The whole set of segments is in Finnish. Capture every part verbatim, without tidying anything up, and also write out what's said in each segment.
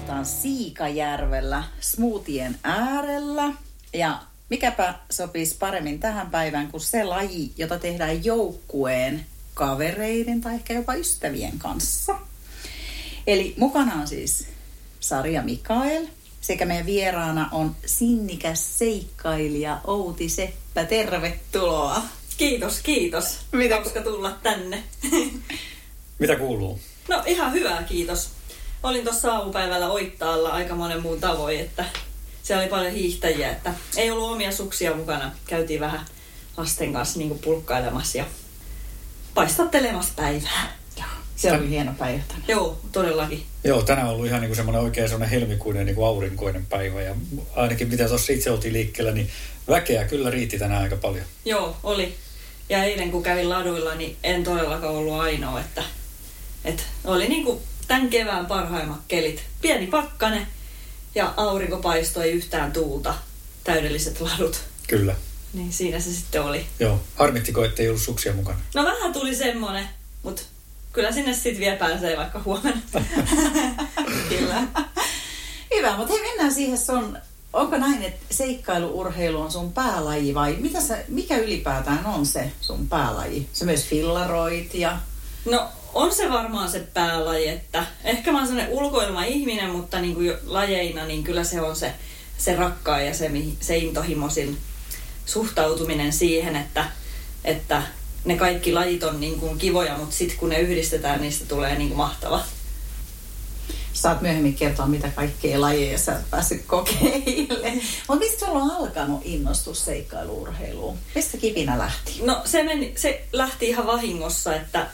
istutaan Siikajärvellä smoothien äärellä. Ja mikäpä sopisi paremmin tähän päivään kuin se laji, jota tehdään joukkueen, kavereiden tai ehkä jopa ystävien kanssa. Eli mukana on siis Sari ja Mikael. Sekä meidän vieraana on sinnikäs seikkailija Outi Seppä. Tervetuloa. Kiitos, kiitos. Mitä? Hauska tulla tänne. Mitä kuuluu? No ihan hyvää, kiitos. Olin tuossa aamupäivällä Oittaalla aika monen muun tavoin, että siellä oli paljon hiihtäjiä, että ei ollut omia suksia mukana. Käytiin vähän lasten kanssa niin kuin pulkkailemassa ja paistattelemassa päivää. Se oli hieno päivä tänään. Joo, todellakin. Joo, tänään on ollut ihan niin semmoinen oikein semmoinen helmikuinen niin kuin aurinkoinen päivä. Ja ainakin mitä tuossa itse oltiin liikkeellä, niin väkeä kyllä riitti tänään aika paljon. Joo, oli. Ja eilen kun kävin laduilla, niin en todellakaan ollut ainoa, että, että oli niin kuin tämän kevään parhaimmat kelit. Pieni pakkane ja aurinko paistoi, ei yhtään tuulta. Täydelliset ladut. Kyllä. Niin siinä se sitten oli. Joo, harmittiko, ettei ollut suksia mukana? No vähän tuli semmonen, mutta kyllä sinne sitten vielä pääsee vaikka huomenna. Kyllä. Hyvä, mutta hei, mennään siihen sun, onko näin, että seikkailuurheilu on sun päälaji vai mitä sä, mikä ylipäätään on se sun päälaji? Sä myös fillaroit ja... No on se varmaan se päälaji, että ehkä mä oon sellainen ulkoilma-ihminen, mutta niin kuin lajeina niin kyllä se on se, se rakkaan ja se, se intohimoisin suhtautuminen siihen, että, että ne kaikki lajit on niin kuin kivoja, mutta sitten kun ne yhdistetään, niistä tulee niin kuin mahtava. Saat myöhemmin kertoa, mitä kaikkea lajeja sä oot päässyt kokeille. Mutta mistä sulla on alkanut innostus seikkailu-urheiluun? Mistä kipinä lähti? No se, meni, se lähti ihan vahingossa, että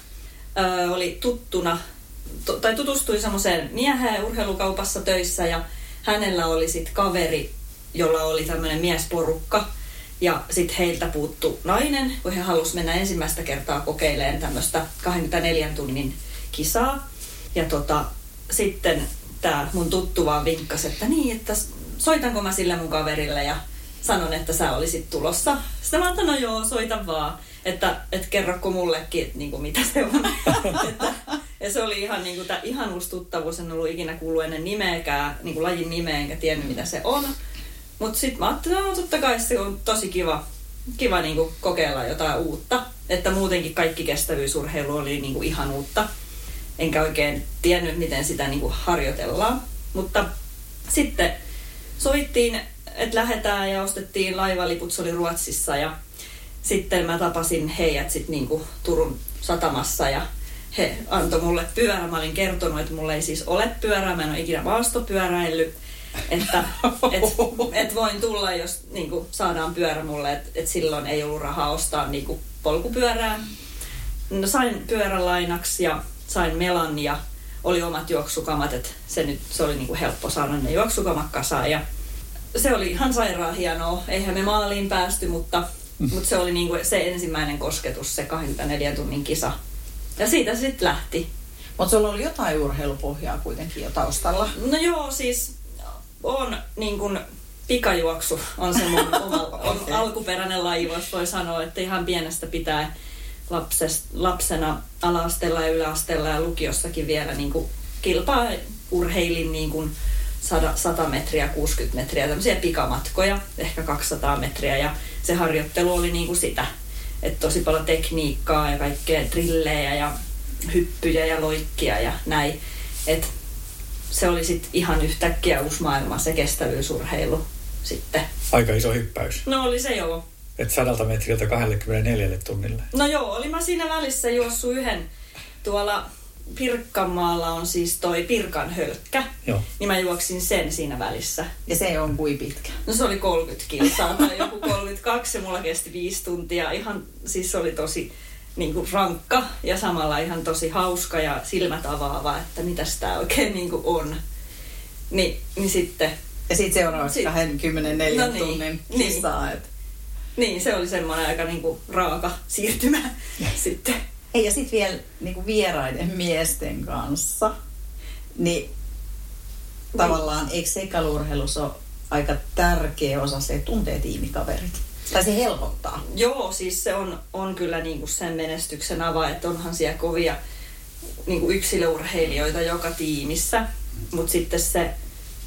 ö, oli tuttuna, tu, tai tutustui semmoiseen mieheen urheilukaupassa töissä ja hänellä oli sitten kaveri, jolla oli tämmöinen miesporukka. Ja sitten heiltä puuttu nainen, kun he halusivat mennä ensimmäistä kertaa kokeilemaan tämmöistä kaksikymmentäneljän tunnin kisaa. Ja tota, sitten tämä mun tuttu vaan vinkkasi, että niin, että soitanko mä sille mun kaverille ja sanon, että sä olisit tulossa. Sitten mä ajattelin, no joo, soita vaan, että et kerrokko mullekin, että niinku, mitä se on. että, ja se oli ihan niinku, tää ihanuustuttavuus, en ollut ikinä kuullut ennen nimeäkään, niinku lajin nimeä, enkä tiennyt mitä se on. Mutta sitten mä ajattelin, no totta kai se on tosi kiva, kiva niinku kokeilla jotain uutta. Että muutenkin kaikki kestävyysurheilu oli niinku ihan uutta. Enkä oikein tiennyt, miten sitä niinku harjoitellaan. Mutta sitten sovittiin, että lähdetään ja ostettiin laivaliput, se oli Ruotsissa. Ja sitten mä tapasin heidät sit niinku Turun satamassa ja he antoi mulle pyörä. Mä olin kertonut, että mulla ei siis ole pyörää, mä en ole ikinä maastopyöräillyt. Että et, et voin tulla, jos niinku, saadaan pyörä mulle, että et silloin ei ollut rahaa ostaa niinku, polkupyörää. No, sain pyörän lainaksi ja sain melan ja oli omat juoksukamat, että se, nyt, se oli niinku, helppo saada ne juoksukamat kasaan. Ja se oli ihan sairaan hienoa. Eihän me maaliin päästy, mutta, mm. mutta se oli niinku, se ensimmäinen kosketus, se kaksikymmentäneljän tunnin kisa. Ja siitä se sitten lähti. Mutta sulla oli jotain urheilupohjaa kuitenkin jo taustalla. No joo, siis... On niin kuin pikajuoksu on se mun oma okay. alkuperäinen laji, jos voi sanoa, että ihan pienestä pitää lapsesta, lapsena ala-asteella ja yläasteella ja lukiossakin vielä niin kuin kilpaa urheilin niin kuin sata metriä, kuusikymmentä metriä, tämmöisiä pikamatkoja, ehkä kaksisataa metriä ja se harjoittelu oli niin kuin sitä, että tosi paljon tekniikkaa ja kaikkea trillejä ja hyppyjä ja loikkia ja näin, että se oli sitten ihan yhtäkkiä uusi maailma, se kestävyysurheilu sitten. Aika iso hyppäys. No oli se joo. Et sadalta metriltä kaksikymmentäneljä tunnille. No joo, oli mä siinä välissä juossut yhden. Tuolla Pirkkanmaalla on siis toi Pirkanhölkkä. Joo. Niin mä juoksin sen siinä välissä. Ja se on kuin pitkä? No se oli kolmekymmentä kilsaa tai joku kolmekymmentäkaksi ja mulla kesti viisi tuntia. Ihan siis se oli tosi... Niin kuin rankka ja samalla ihan tosi hauska ja silmät avaava, että mitäs tää oikein niin kuin on. Ni, niin sitten... Ja sitten seuraavaksi sit, kaksikymmentäneljä no niin, tunnin kisaa. Niin, niin, se oli semmoinen aika niin kuin raaka siirtymä sitten. Ei, ja sitten vielä niin kuin vieraiden miesten kanssa, niin tavallaan eikö seikkailu-urheilussa ole aika tärkeä osa se, että tuntee tiimikaverit? Tai se helpottaa. Joo, siis se on, on kyllä niinku sen menestyksen avain, että onhan siellä kovia niinku yksilöurheilijoita joka tiimissä. Mutta sitten se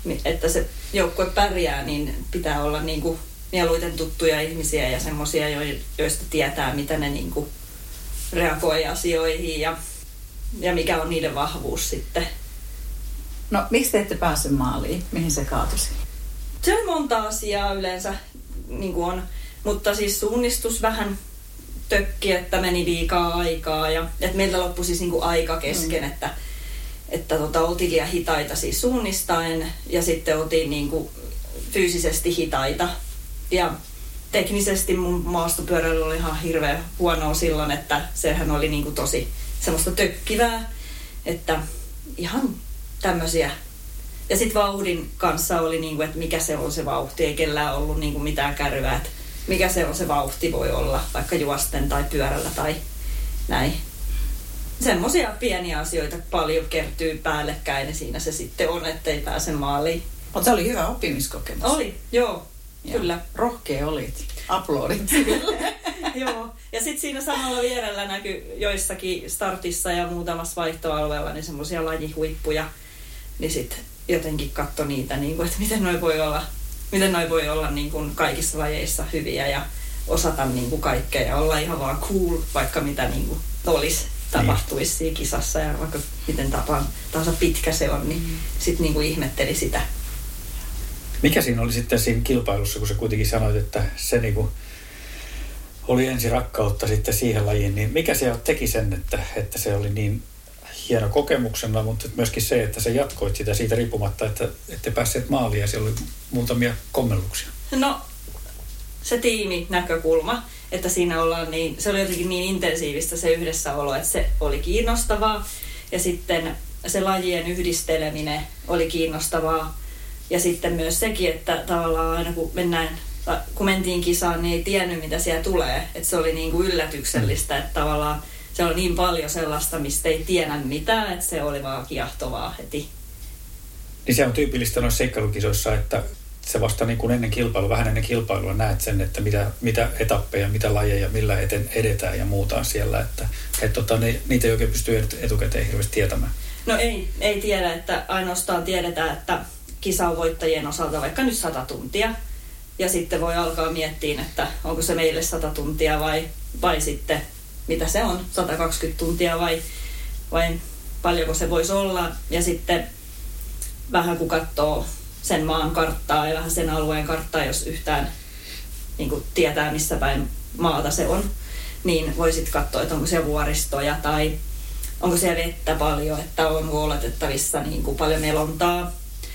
että se joukkue pärjää, niin pitää olla niin kuin mieluiten tuttuja ihmisiä ja semmoisia, joista tietää, mitä ne niin kuin reagoi asioihin ja, ja mikä on niiden vahvuus sitten. No, miksi te ette päässyt maaliin? Mihin se kaatusi? Se on monta asiaa yleensä, niin kuin on, mutta siis suunnistus vähän tökki, että meni liikaa aikaa ja että meiltä loppui siis niin kuin aika kesken, mm. että, että tota, oltiin liian hitaita siis suunnistaen ja sitten oltiin niin kuin fyysisesti hitaita. Ja teknisesti mun maastopyöräily oli ihan hirveän huonoa silloin, että sehän oli niin kuin tosi semmoista tökkivää, että ihan tämmöisiä. Ja sitten vauhdin kanssa oli, niin kuin, että mikä se on se vauhti, ei kellään ollut niin kuin mitään kärryä, että mikä se on se vauhti voi olla, vaikka juosten tai pyörällä tai näin. Semmoisia pieniä asioita paljon kertyy päällekkäin ja siinä se sitten on, ettei pääse maaliin. Mutta se oli hyvä oppimiskokemus. Oli, joo, ja kyllä. Rohkea olit. Aplodit. Joo, ja sitten siinä samalla vierellä näkyi joissakin startissa ja muutamassa vaihtoalueella niin semmoisia lajihuippuja. Niin sitten jotenkin katso niitä, niin kuin, että miten noi voi olla, miten noi voi olla niin kuin kaikissa lajeissa hyviä ja osata niin kuin kaikkea ja olla ihan vaan cool, vaikka mitä niin kuin olisi, tapahtuisi siinä kisassa ja vaikka miten tapaan tahansa pitkä se on, niin mm. sitten niin kuin ihmetteli sitä. Mikä siinä oli sitten siinä kilpailussa, kun sä kuitenkin sanoit, että se niinku oli ensi rakkautta sitten siihen lajiin, niin mikä siellä teki sen, että, että se oli niin hieno kokemuksena, mutta myöskin se, että sä jatkoit sitä siitä riippumatta, että ette päässeet maaliin ja siellä oli muutamia kommelluksia? No, se tiiminäkökulma, että siinä ollaan niin, se oli jotenkin niin intensiivistä se yhdessäolo, että se oli kiinnostavaa ja sitten se lajien yhdisteleminen oli kiinnostavaa. Ja sitten myös sekin, että tavallaan aina kun mennään, kun mentiin kisaan, niin ei tiennyt mitä siellä tulee. Että se oli niin kuin yllätyksellistä, että tavallaan se on niin paljon sellaista, mistä ei tiedä mitään, että se oli vaan kiehtovaa heti. Niin se on tyypillistä noissa seikkailukisoissa, että se vasta niin kuin ennen kilpailua, vähän ennen kilpailua näet sen, että mitä, mitä etappeja, mitä lajeja, millä eten edetään ja muuta siellä. Että et, tota, ne, niitä ei oikein pysty etukäteen hirveästi tietämään. No ei, ei tiedä, että ainoastaan tiedetään, että kisan voittajien osalta vaikka nyt sata tuntia. Ja sitten voi alkaa miettiä, että onko se meille sata tuntia vai, vai sitten mitä se on, sata kaksikymmentä tuntia vai, vai paljonko se voisi olla. Ja sitten vähän kun katsoo sen maan karttaa ja vähän sen alueen karttaa, jos yhtään niin kuin tietää missä päin maata se on, niin voi sitten katsoa, että onko siellä vuoristoja tai onko siellä vettä paljon, että on oletettavissa niin kuin paljon melontaa.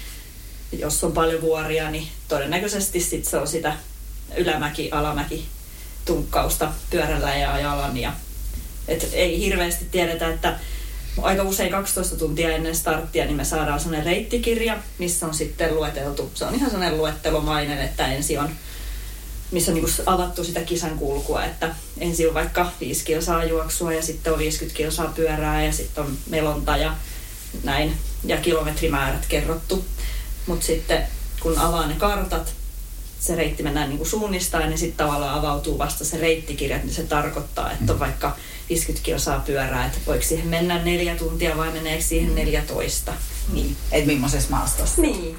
Jos on paljon vuoria, niin todennäköisesti sit se on sitä ylämäki-alamäki tunkkausta pyörällä ja ajalan. Ja, et ei hirveästi tiedetä, että aika usein kaksitoista tuntia ennen starttia niin me saadaan sellainen reittikirja, missä on sitten lueteltu. Se on ihan sellainen luettelomainen, että ensin on, missä on niin kuin avattu sitä kisan kulkua, että ensin on vaikka viisi kilsaa juoksua ja sitten on viisikymmentä kilsaa pyörää ja sitten on melonta ja näin. Ja kilometrimäärät kerrottu. Mutta sitten kun avaa ne kartat, se reitti mennään niin kuin suunnistaan, niin sitten tavallaan avautuu vasta se reittikirja, niin se tarkoittaa, että on vaikka viisikymmentä kilsaa pyörää, että voiko siihen mennä neljä tuntia vai meneekö siihen neljätoista. Niin, että millaisessa maastossa. Niin.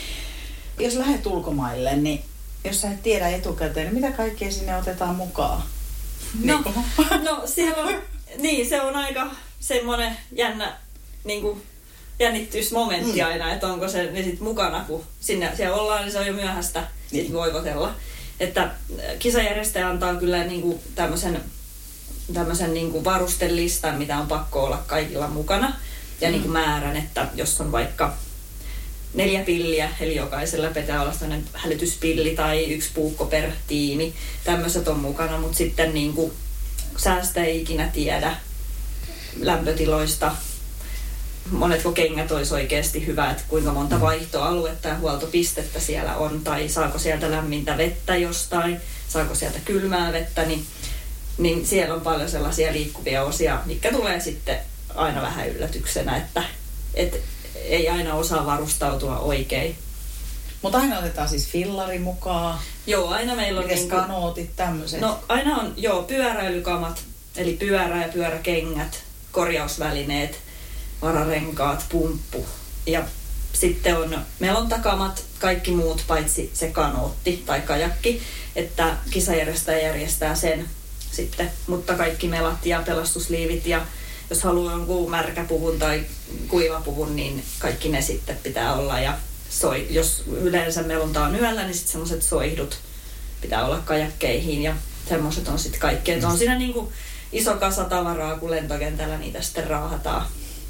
Jos lähdet ulkomaille, niin jos sä et tiedä etukäteen, niin mitä kaikkea sinne otetaan mukaan? No, no siellä on, niin se on aika semmoinen jännä niin kuin jännittyysmomentti mm. aina, että onko se ne sit mukana, kun sinne siellä ollaan, niin se on jo myöhäistä niin. sit voivotella. Että kisajärjestäjä antaa kyllä niinku tämmöisen tämmöisen niinku varustelistan, mitä on pakko olla kaikilla mukana. Ja mm. niinku määrän, että jos on vaikka neljä pilliä, eli jokaisella pitää olla sellainen hälytyspilli tai yksi puukko per tiimi. Tämmöiset on mukana, mutta sitten niinku säästä ei ikinä tiedä lämpötiloista. Monetko kengät olisi oikeasti hyvä, että kuinka monta vaihtoaluetta ja huoltopistettä siellä on, tai saako sieltä lämmintä vettä jostain, saako sieltä kylmää vettä, niin, niin siellä on paljon sellaisia liikkuvia osia, mitkä tulee sitten aina vähän yllätyksenä, että et ei aina osaa varustautua oikein. Mutta aina otetaan siis fillari mukaan. Joo, aina meillä on... Mites niinku, kanootit, tämmöiset? No aina on, joo, pyöräilykamat, eli pyörä ja pyöräkengät, korjausvälineet, vararenkaat, pumppu ja sitten on melontakamat, kaikki muut paitsi se kanootti tai kajakki, että kisajärjestäjä järjestää sen sitten, mutta kaikki melat ja pelastusliivit ja jos haluaa jonkun märkäpuvun tai kuivapuvun, niin kaikki ne sitten pitää olla ja soi, jos yleensä melonta on yöllä, niin sitten semmoiset soihdut pitää olla kajakkeihin ja semmoiset on sitten kaikki. Että on siinä niinku iso kasa tavaraa, kun lentokentällä niitä sitten raahataan.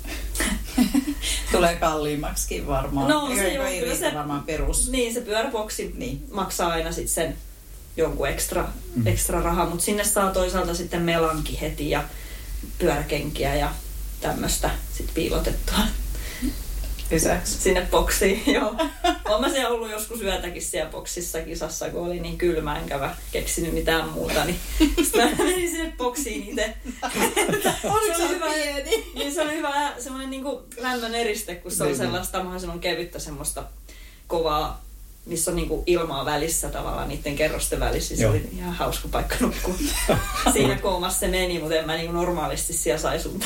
Tulee kalliimmaksikin varmaan. No se ei, joo, ei kyllä se, varmaan perus. Niin, se pyöräboksi niin. maksaa aina sitten sen jonkun ekstra, mm. ekstra rahaa, mutta sinne saa toisaalta sitten melanki heti ja pyöräkenkiä ja tämmöistä sitten piilotettua. Lisäksi. Sinne boksiin, joo. Olen mä siellä ollut joskus yötäkin siellä boksissa kisassa, kun oli niin kylmä, enkä keksinyt mitään muuta, niin sitten mä menin sinne boksiin itse. Oliko se hyvä, pieni? niin se oli hyvä semmoinen niin kuin lämmön eriste, kun se on sellaista mahdollisimman kevyttä semmoista kovaa, missä on niin kuin ilmaa välissä tavallaan niiden kerrosten välissä. Se oli ihan hauska paikka nukkua. Siinä koomassa se meni, mutta en mä niin kuin normaalisti siellä saisunta.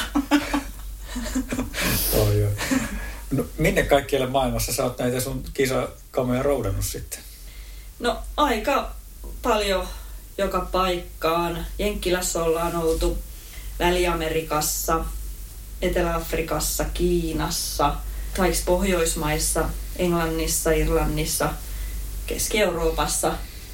Oh, joo. No, minne kaikkialle maailmassa sä oot näitä sun kisakamoja roudannut sitten? No aika paljon joka paikkaan. Jenkkilässä ollaan oltu, Väli-Amerikassa, Etelä-Afrikassa, Kiinassa, kaikissa Pohjoismaissa, Englannissa, Irlannissa, Keski-Euroopassa,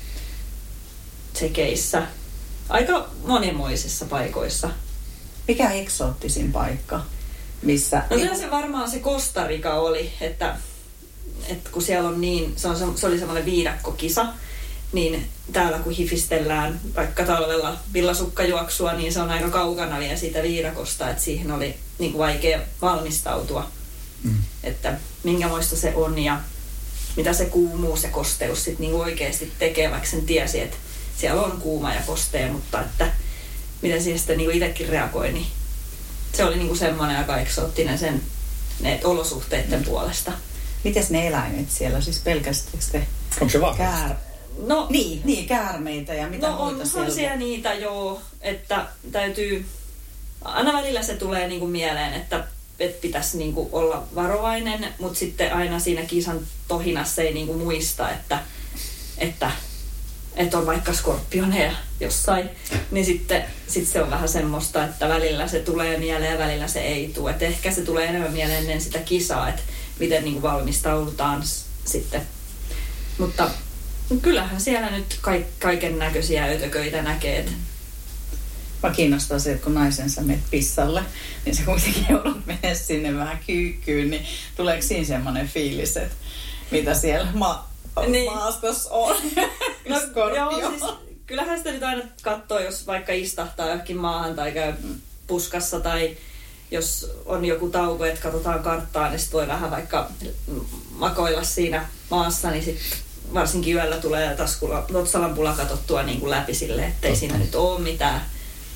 Tsekeissä. Aika monenmoisissa paikoissa. Mikä eksoottisin paikka? Missä? No kyllä se varmaan se Costa Rica oli, että, että kun siellä on niin, se, on, se oli semmoinen viidakkokisa, niin täällä kun hifistellään vaikka talvella villasukkajuoksua, niin se on aika kaukana vielä siitä viidakosta, että siihen oli niin kuin vaikea valmistautua, mm. että minkämoista se on ja mitä se kuumuus ja kosteus sitten niin oikeasti tekee, vaikka sen tiesi, että siellä on kuuma ja kostea, mutta että miten siihen sitten niin itsekin reagoi, niin se oli niinku semmoinen aika eksoottinen sen ne olosuhteiden mm. puolesta. Mites ne eläimet siellä? Siis pelkästään te? Onko se vaan? Käär... No, niin, niin, käärmeitä ja mitä no, muita siellä? No siellä niitä joo, että täytyy, aina välillä se tulee niinku mieleen, että, että pitäisi niinku olla varovainen, mutta sitten aina siinä kisan tohinassa ei niinku muista, että, että että on vaikka skorpioneja jossain, niin sitten sit se on vähän semmoista, että välillä se tulee mieleen ja välillä se ei tule. Että ehkä se tulee enemmän mieleen ennen sitä kisaa, että miten niin kuin valmistaudutaan s- sitten. Mutta kyllähän siellä nyt kaik- kaiken näköisiä ötököitä näkee. Et. Mä kiinnostaa se, että kun naisensa menet pissalle, niin se kuitenkin joudut mennä sinne vähän kyykkyyn, niin tuleeko siinä semmoinen fiilis, että mitä siellä ma- niin. maastossa on? No, Skorpio. joo, siis, kyllähän sitä nyt aina katsoo, jos vaikka istahtaa johonkin maahan tai käy puskassa tai jos on joku tauko, että katsotaan karttaa, niin sitten voi vähän vaikka makoilla siinä maassa, niin sitten varsinkin yöllä tulee otsalampulla katsottua niin kuin läpi silleen, ettei siinä nyt ole mitään.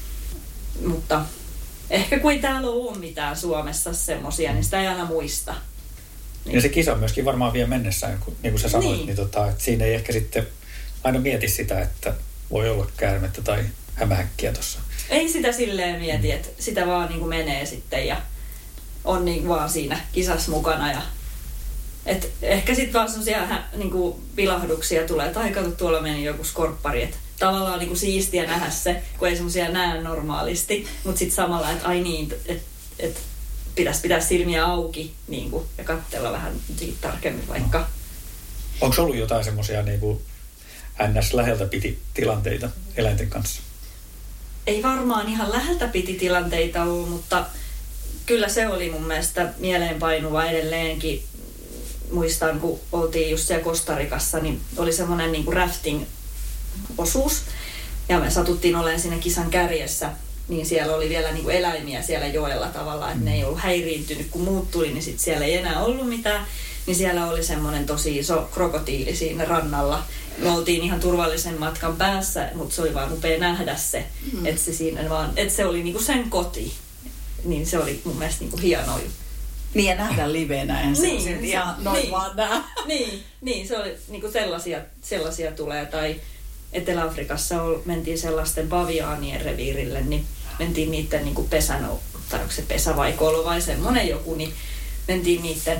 Mutta ehkä kun ei täällä ole mitään Suomessa semmosia, niin sitä ei aina muista. Niin. Ja se kisa myöskin varmaan vie mennessään, niin kuin sä sanoit, niin. Niin tota, että siinä ei ehkä sitten aina mieti sitä, että voi olla käärmettä tai hämähäkkiä tuossa. Ei sitä silleen mieti, että sitä vaan niin kuin menee sitten ja on niin vaan siinä kisassa mukana. Ja, et ehkä sitten vaan semmoisia niin kuin vilahduksia tulee, että ai kato, tuolla meni joku skorppari. Että tavallaan niin kuin siistiä nähdä se, kun ei semmoisia näe normaalisti, mutta sitten samalla, että ai niin, että et, pitäisi pitää silmiä auki niin kuin, ja katsella vähän siitä tarkemmin vaikka. No. Onko ollut jotain semmoisia niin kuin ns. Läheltä piti tilanteita eläinten kanssa? Ei varmaan ihan läheltä piti tilanteita ole, mutta kyllä se oli mun mielestä mieleenpainuva edelleenkin. Muistan, kun oltiin just siellä Costa Ricassa, niin oli semmoinen niin kuin rafting-osuus. Ja me satuttiin olemaan siinä kisan kärjessä, niin siellä oli vielä niin kuin eläimiä siellä joella tavallaan, että ne ei ollut häiriintynyt. Kun muut tuli, niin sit siellä ei enää ollut mitään. Niin siellä oli semmoinen tosi iso krokotiili siinä rannalla. Me oltiin ihan turvallisen matkan päässä, mutta se oli vaan upea nähdä se, mm. että se siinä vaan, että se oli niinku sen koti. Niin se oli mun mielestä niinku hienoa. Niin ja nähdä livenä ja niin, se ihan noin niin, vaan nää. Niin, niin, se oli niinku sellaisia, sellaisia tulee. Tai Etelä-Afrikassa ol, mentiin sellaisten paviaanien reviirille, niin mentiin niiden niinku pesän, tai onko se pesä vai kolo vai semmoinen joku, niin mentiin niiden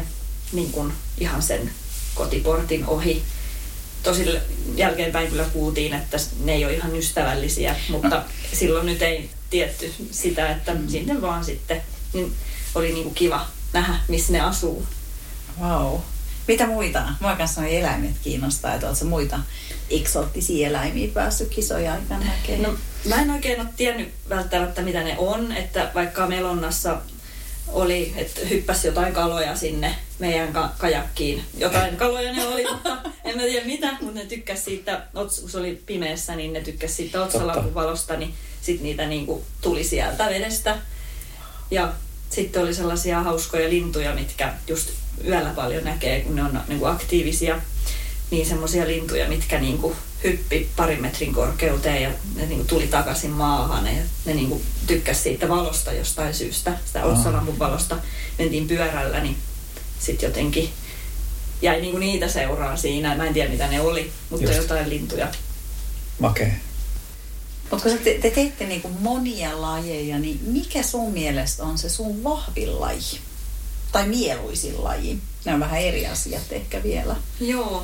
niin kuin ihan sen kotiportin ohi. Tosin jälkeenpäin kyllä kuultiin, että ne ei ole ihan ystävällisiä, mutta no. silloin nyt ei tietty sitä, että mm. sinne vaan sitten niin oli niin kuin kiva nähdä, missä ne asuu. Vau. Mitä muita? Mua kanssa nuo eläimet kiinnostaa, että oletko muita eksoottisia eläimiä päässyt kisoja aikana näkemään? No, mä en oikein ole tiennyt välttämättä, mitä ne on, että vaikka Melonnassa oli, että hyppäsi jotain kaloja sinne meidän ka- kajakkiin. Jotain kaloja ne oli, mutta en mä tiedä mitä, mutta ne tykkäsi siitä, kun se oli pimeässä, niin ne tykkäsi siitä otsalampun valosta, niin sitten niitä niinku tuli sieltä vedestä. Ja sitten oli sellaisia hauskoja lintuja, mitkä just yöllä paljon näkee, kun ne on niinku aktiivisia. Niin semmoisia lintuja, mitkä niinku hyppi parin metrin korkeuteen ja ne niinku tuli takaisin maahan. Ja ne niinku tykkäsi siitä valosta jostain syystä, sitä otsalampun valosta. Mentiin pyörällä, niin sitten jotenkin jäi niinku niitä seuraa siinä. Mä en tiedä, mitä ne oli, mutta just jotain lintuja. Makee. Mutta kun te, te teette niinku monia lajeja, niin mikä sun mielestä on se sun vahvin laji? Tai mieluisin laji? Ne on vähän eri asiat ehkä vielä. Joo.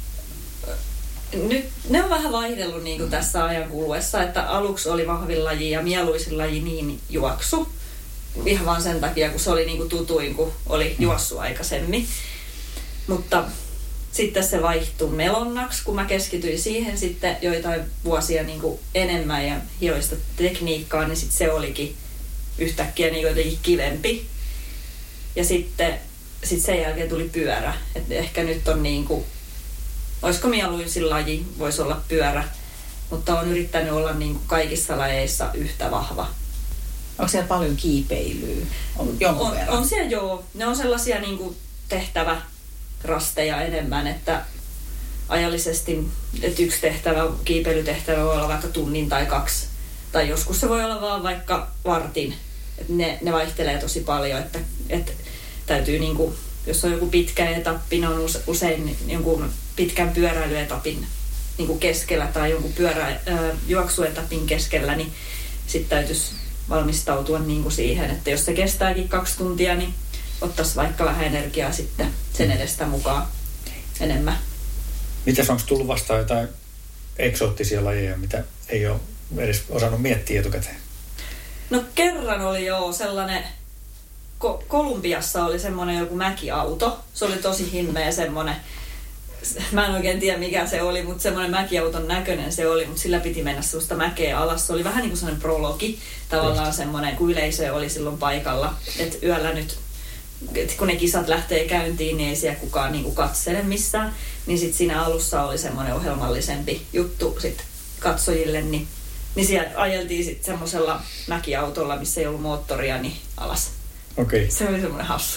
Nyt ne on vähän vaihdellut niin kuin tässä ajan kuluessa, että aluksi oli vahvin laji ja mieluisin laji niin juoksu. Ihan vaan sen takia, kun se oli niin kuin tutuin, kun oli juossut aikaisemmin. Mutta sitten se vaihtui melonnaksi, kun mä keskityin siihen sitten joitain vuosia niin kuin enemmän ja hioista tekniikkaa, niin sitten se olikin yhtäkkiä niin jotenkin kivempi. Ja sitten sit sen jälkeen tuli pyörä. Et ehkä nyt on niin kuin, olisiko mieluisin laji, voisi olla pyörä, mutta olen yrittänyt olla niin kuin kaikissa lajeissa yhtä vahva. Onko siellä paljon kiipeilyä? On, jonkun on, on siellä joo. Ne on sellaisia niin kuin tehtävärasteja enemmän, että ajallisesti että yksi tehtävä, kiipeilytehtävä voi olla vaikka tunnin tai kaksi. Tai joskus se voi olla vaan vaikka vartin. Et ne, ne vaihtelee tosi paljon, että, että täytyy niin kuin, jos on joku pitkä etappi, ne on usein jonkun pitkän pyöräilyetapin niin kuin keskellä tai jonkun pyörä, äh, juoksuetapin keskellä, niin sitten täytyisi valmistautua niin kuin siihen, että jos se kestääkin kaksi tuntia, niin ottaisi vaikka vähän energiaa sitten sen edestä mukaan enemmän. Mitäs onko tullut vastaan jotain eksoottisia lajeja, mitä ei ole edes osannut miettiä etukäteen? No kerran oli joo sellainen, Ko- Kolumbiassa oli semmoinen joku mäkiauto. Se oli tosi himmeä semmoinen. Mä en oikein tiedä mikä se oli, mutta semmoinen mäkiauton näköinen se oli, mutta sillä piti mennä semmoista mäkeä alas. Se oli vähän niin kuin semmoinen prologi, tavallaan semmoinen, kun yleisö oli silloin paikalla. Että yöllä nyt, et kun ne kisat lähtee käyntiin, niin ei siellä kukaan niin kuin katsele missään. Niin sitten siinä alussa oli semmoinen ohjelmallisempi juttu sit katsojille, niin Niin siellä ajeltiin sitten semmoisella mäkiautolla, missä ei ollut moottoria, niin alas. Okei. Okay. Se oli semmoinen hassu.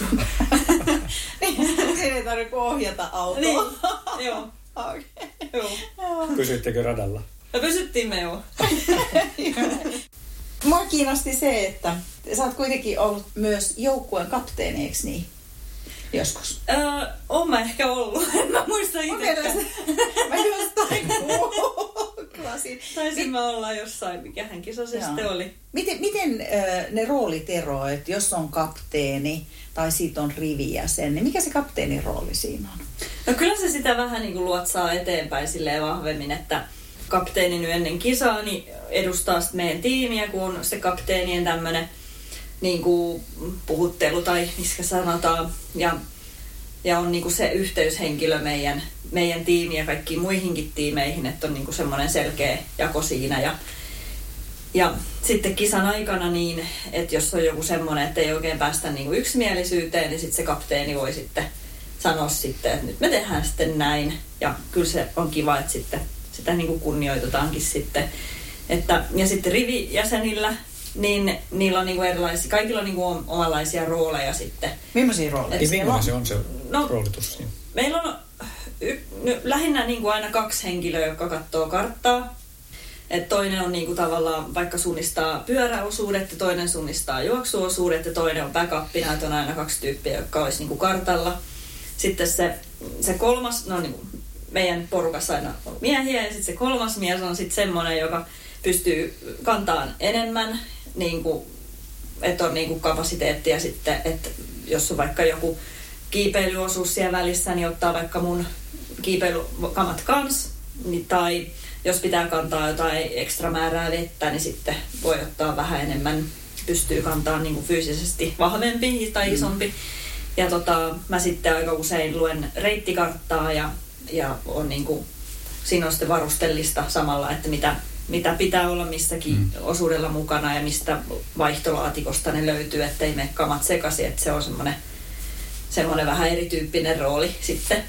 Siinä ei tarvitse ohjata autoa. Niin, joo. Okay. Joo. Pysyittekö radalla? No pysyttiin me joo. Mua kiinnosti se, että sä oot kuitenkin ollut myös joukkueen kapteeni, eikö niin? Joskus. Öö, oon mä ehkä ollut. En mä muista itsekään. Mä jostain kuulasin. Taisin mä olla jossain, mikähän kisa se sitten oli. Miten, miten äh, ne roolit eroavat, että jos on kapteeni tai siitä on rivijäsen, niin mikä se kapteenin rooli siinä on? No kyllä se sitä vähän niin kuin luotsaa eteenpäin silleen vahvemmin, että kapteeni nyt ennen kisaa niin edustaa sitten meidän tiimiä, kun on se kapteenien tämmöinen niin kuin puhuttelu tai miskä sanotaan. Ja, ja on niin kuin se yhteyshenkilö meidän, meidän tiimiin ja kaikkiin muihinkin tiimeihin, että on niin kuin semmoinen selkeä jako siinä. Ja, ja sitten kisan aikana niin, että jos on joku semmoinen, että ei oikein päästä niin kuin yksimielisyyteen, niin sitten se kapteeni voi sitten sanoa sitten, että nyt me tehdään sitten näin. Ja kyllä se on kiva, että sitten sitä niin kuin kunnioitetaankin sitten. Että, ja sitten rivijäsenillä, niin niillä on niinku erilaisia, kaikilla on niinku omanlaisia rooleja sitten. Millaisia rooleja? Ja millainen se on se no, roolitus siinä? Meillä on y, y, lähinnä niinku aina kaksi henkilöä, jotka katsoo karttaa. Et toinen on niinku tavallaan vaikka suunnistaa pyöräosuudet ja toinen suunnistaa juoksuosuudet ja toinen on backupina, että on aina kaksi tyyppiä, jotka olisi niinku kartalla. Sitten se, se kolmas, no niinku meidän porukassa aina on miehiä ja sitten se kolmas mies on sitten semmoinen, joka pystyy kantaan enemmän, niin kuin, että on niin kuin kapasiteettia sitten, että jos on vaikka joku kiipeilyosuus siellä välissä, niin ottaa vaikka mun kiipeilykamat kans. Niin, tai jos pitää kantaa jotain ekstra määrää vettä, niin sitten voi ottaa vähän enemmän. Pystyy kantaa niin kuin fyysisesti vahvempi tai isompi. Mm. Ja tota, mä sitten aika usein luen reittikarttaa ja, ja on niin kuin, siinä on sitten varustellista samalla, että mitä, mitä pitää olla missäkin mm. osuudella mukana ja mistä vaihtolaatikosta ne löytyy, ettei mene kamat sekaisin, että se on semmoinen, semmoinen vähän erityyppinen rooli sitten.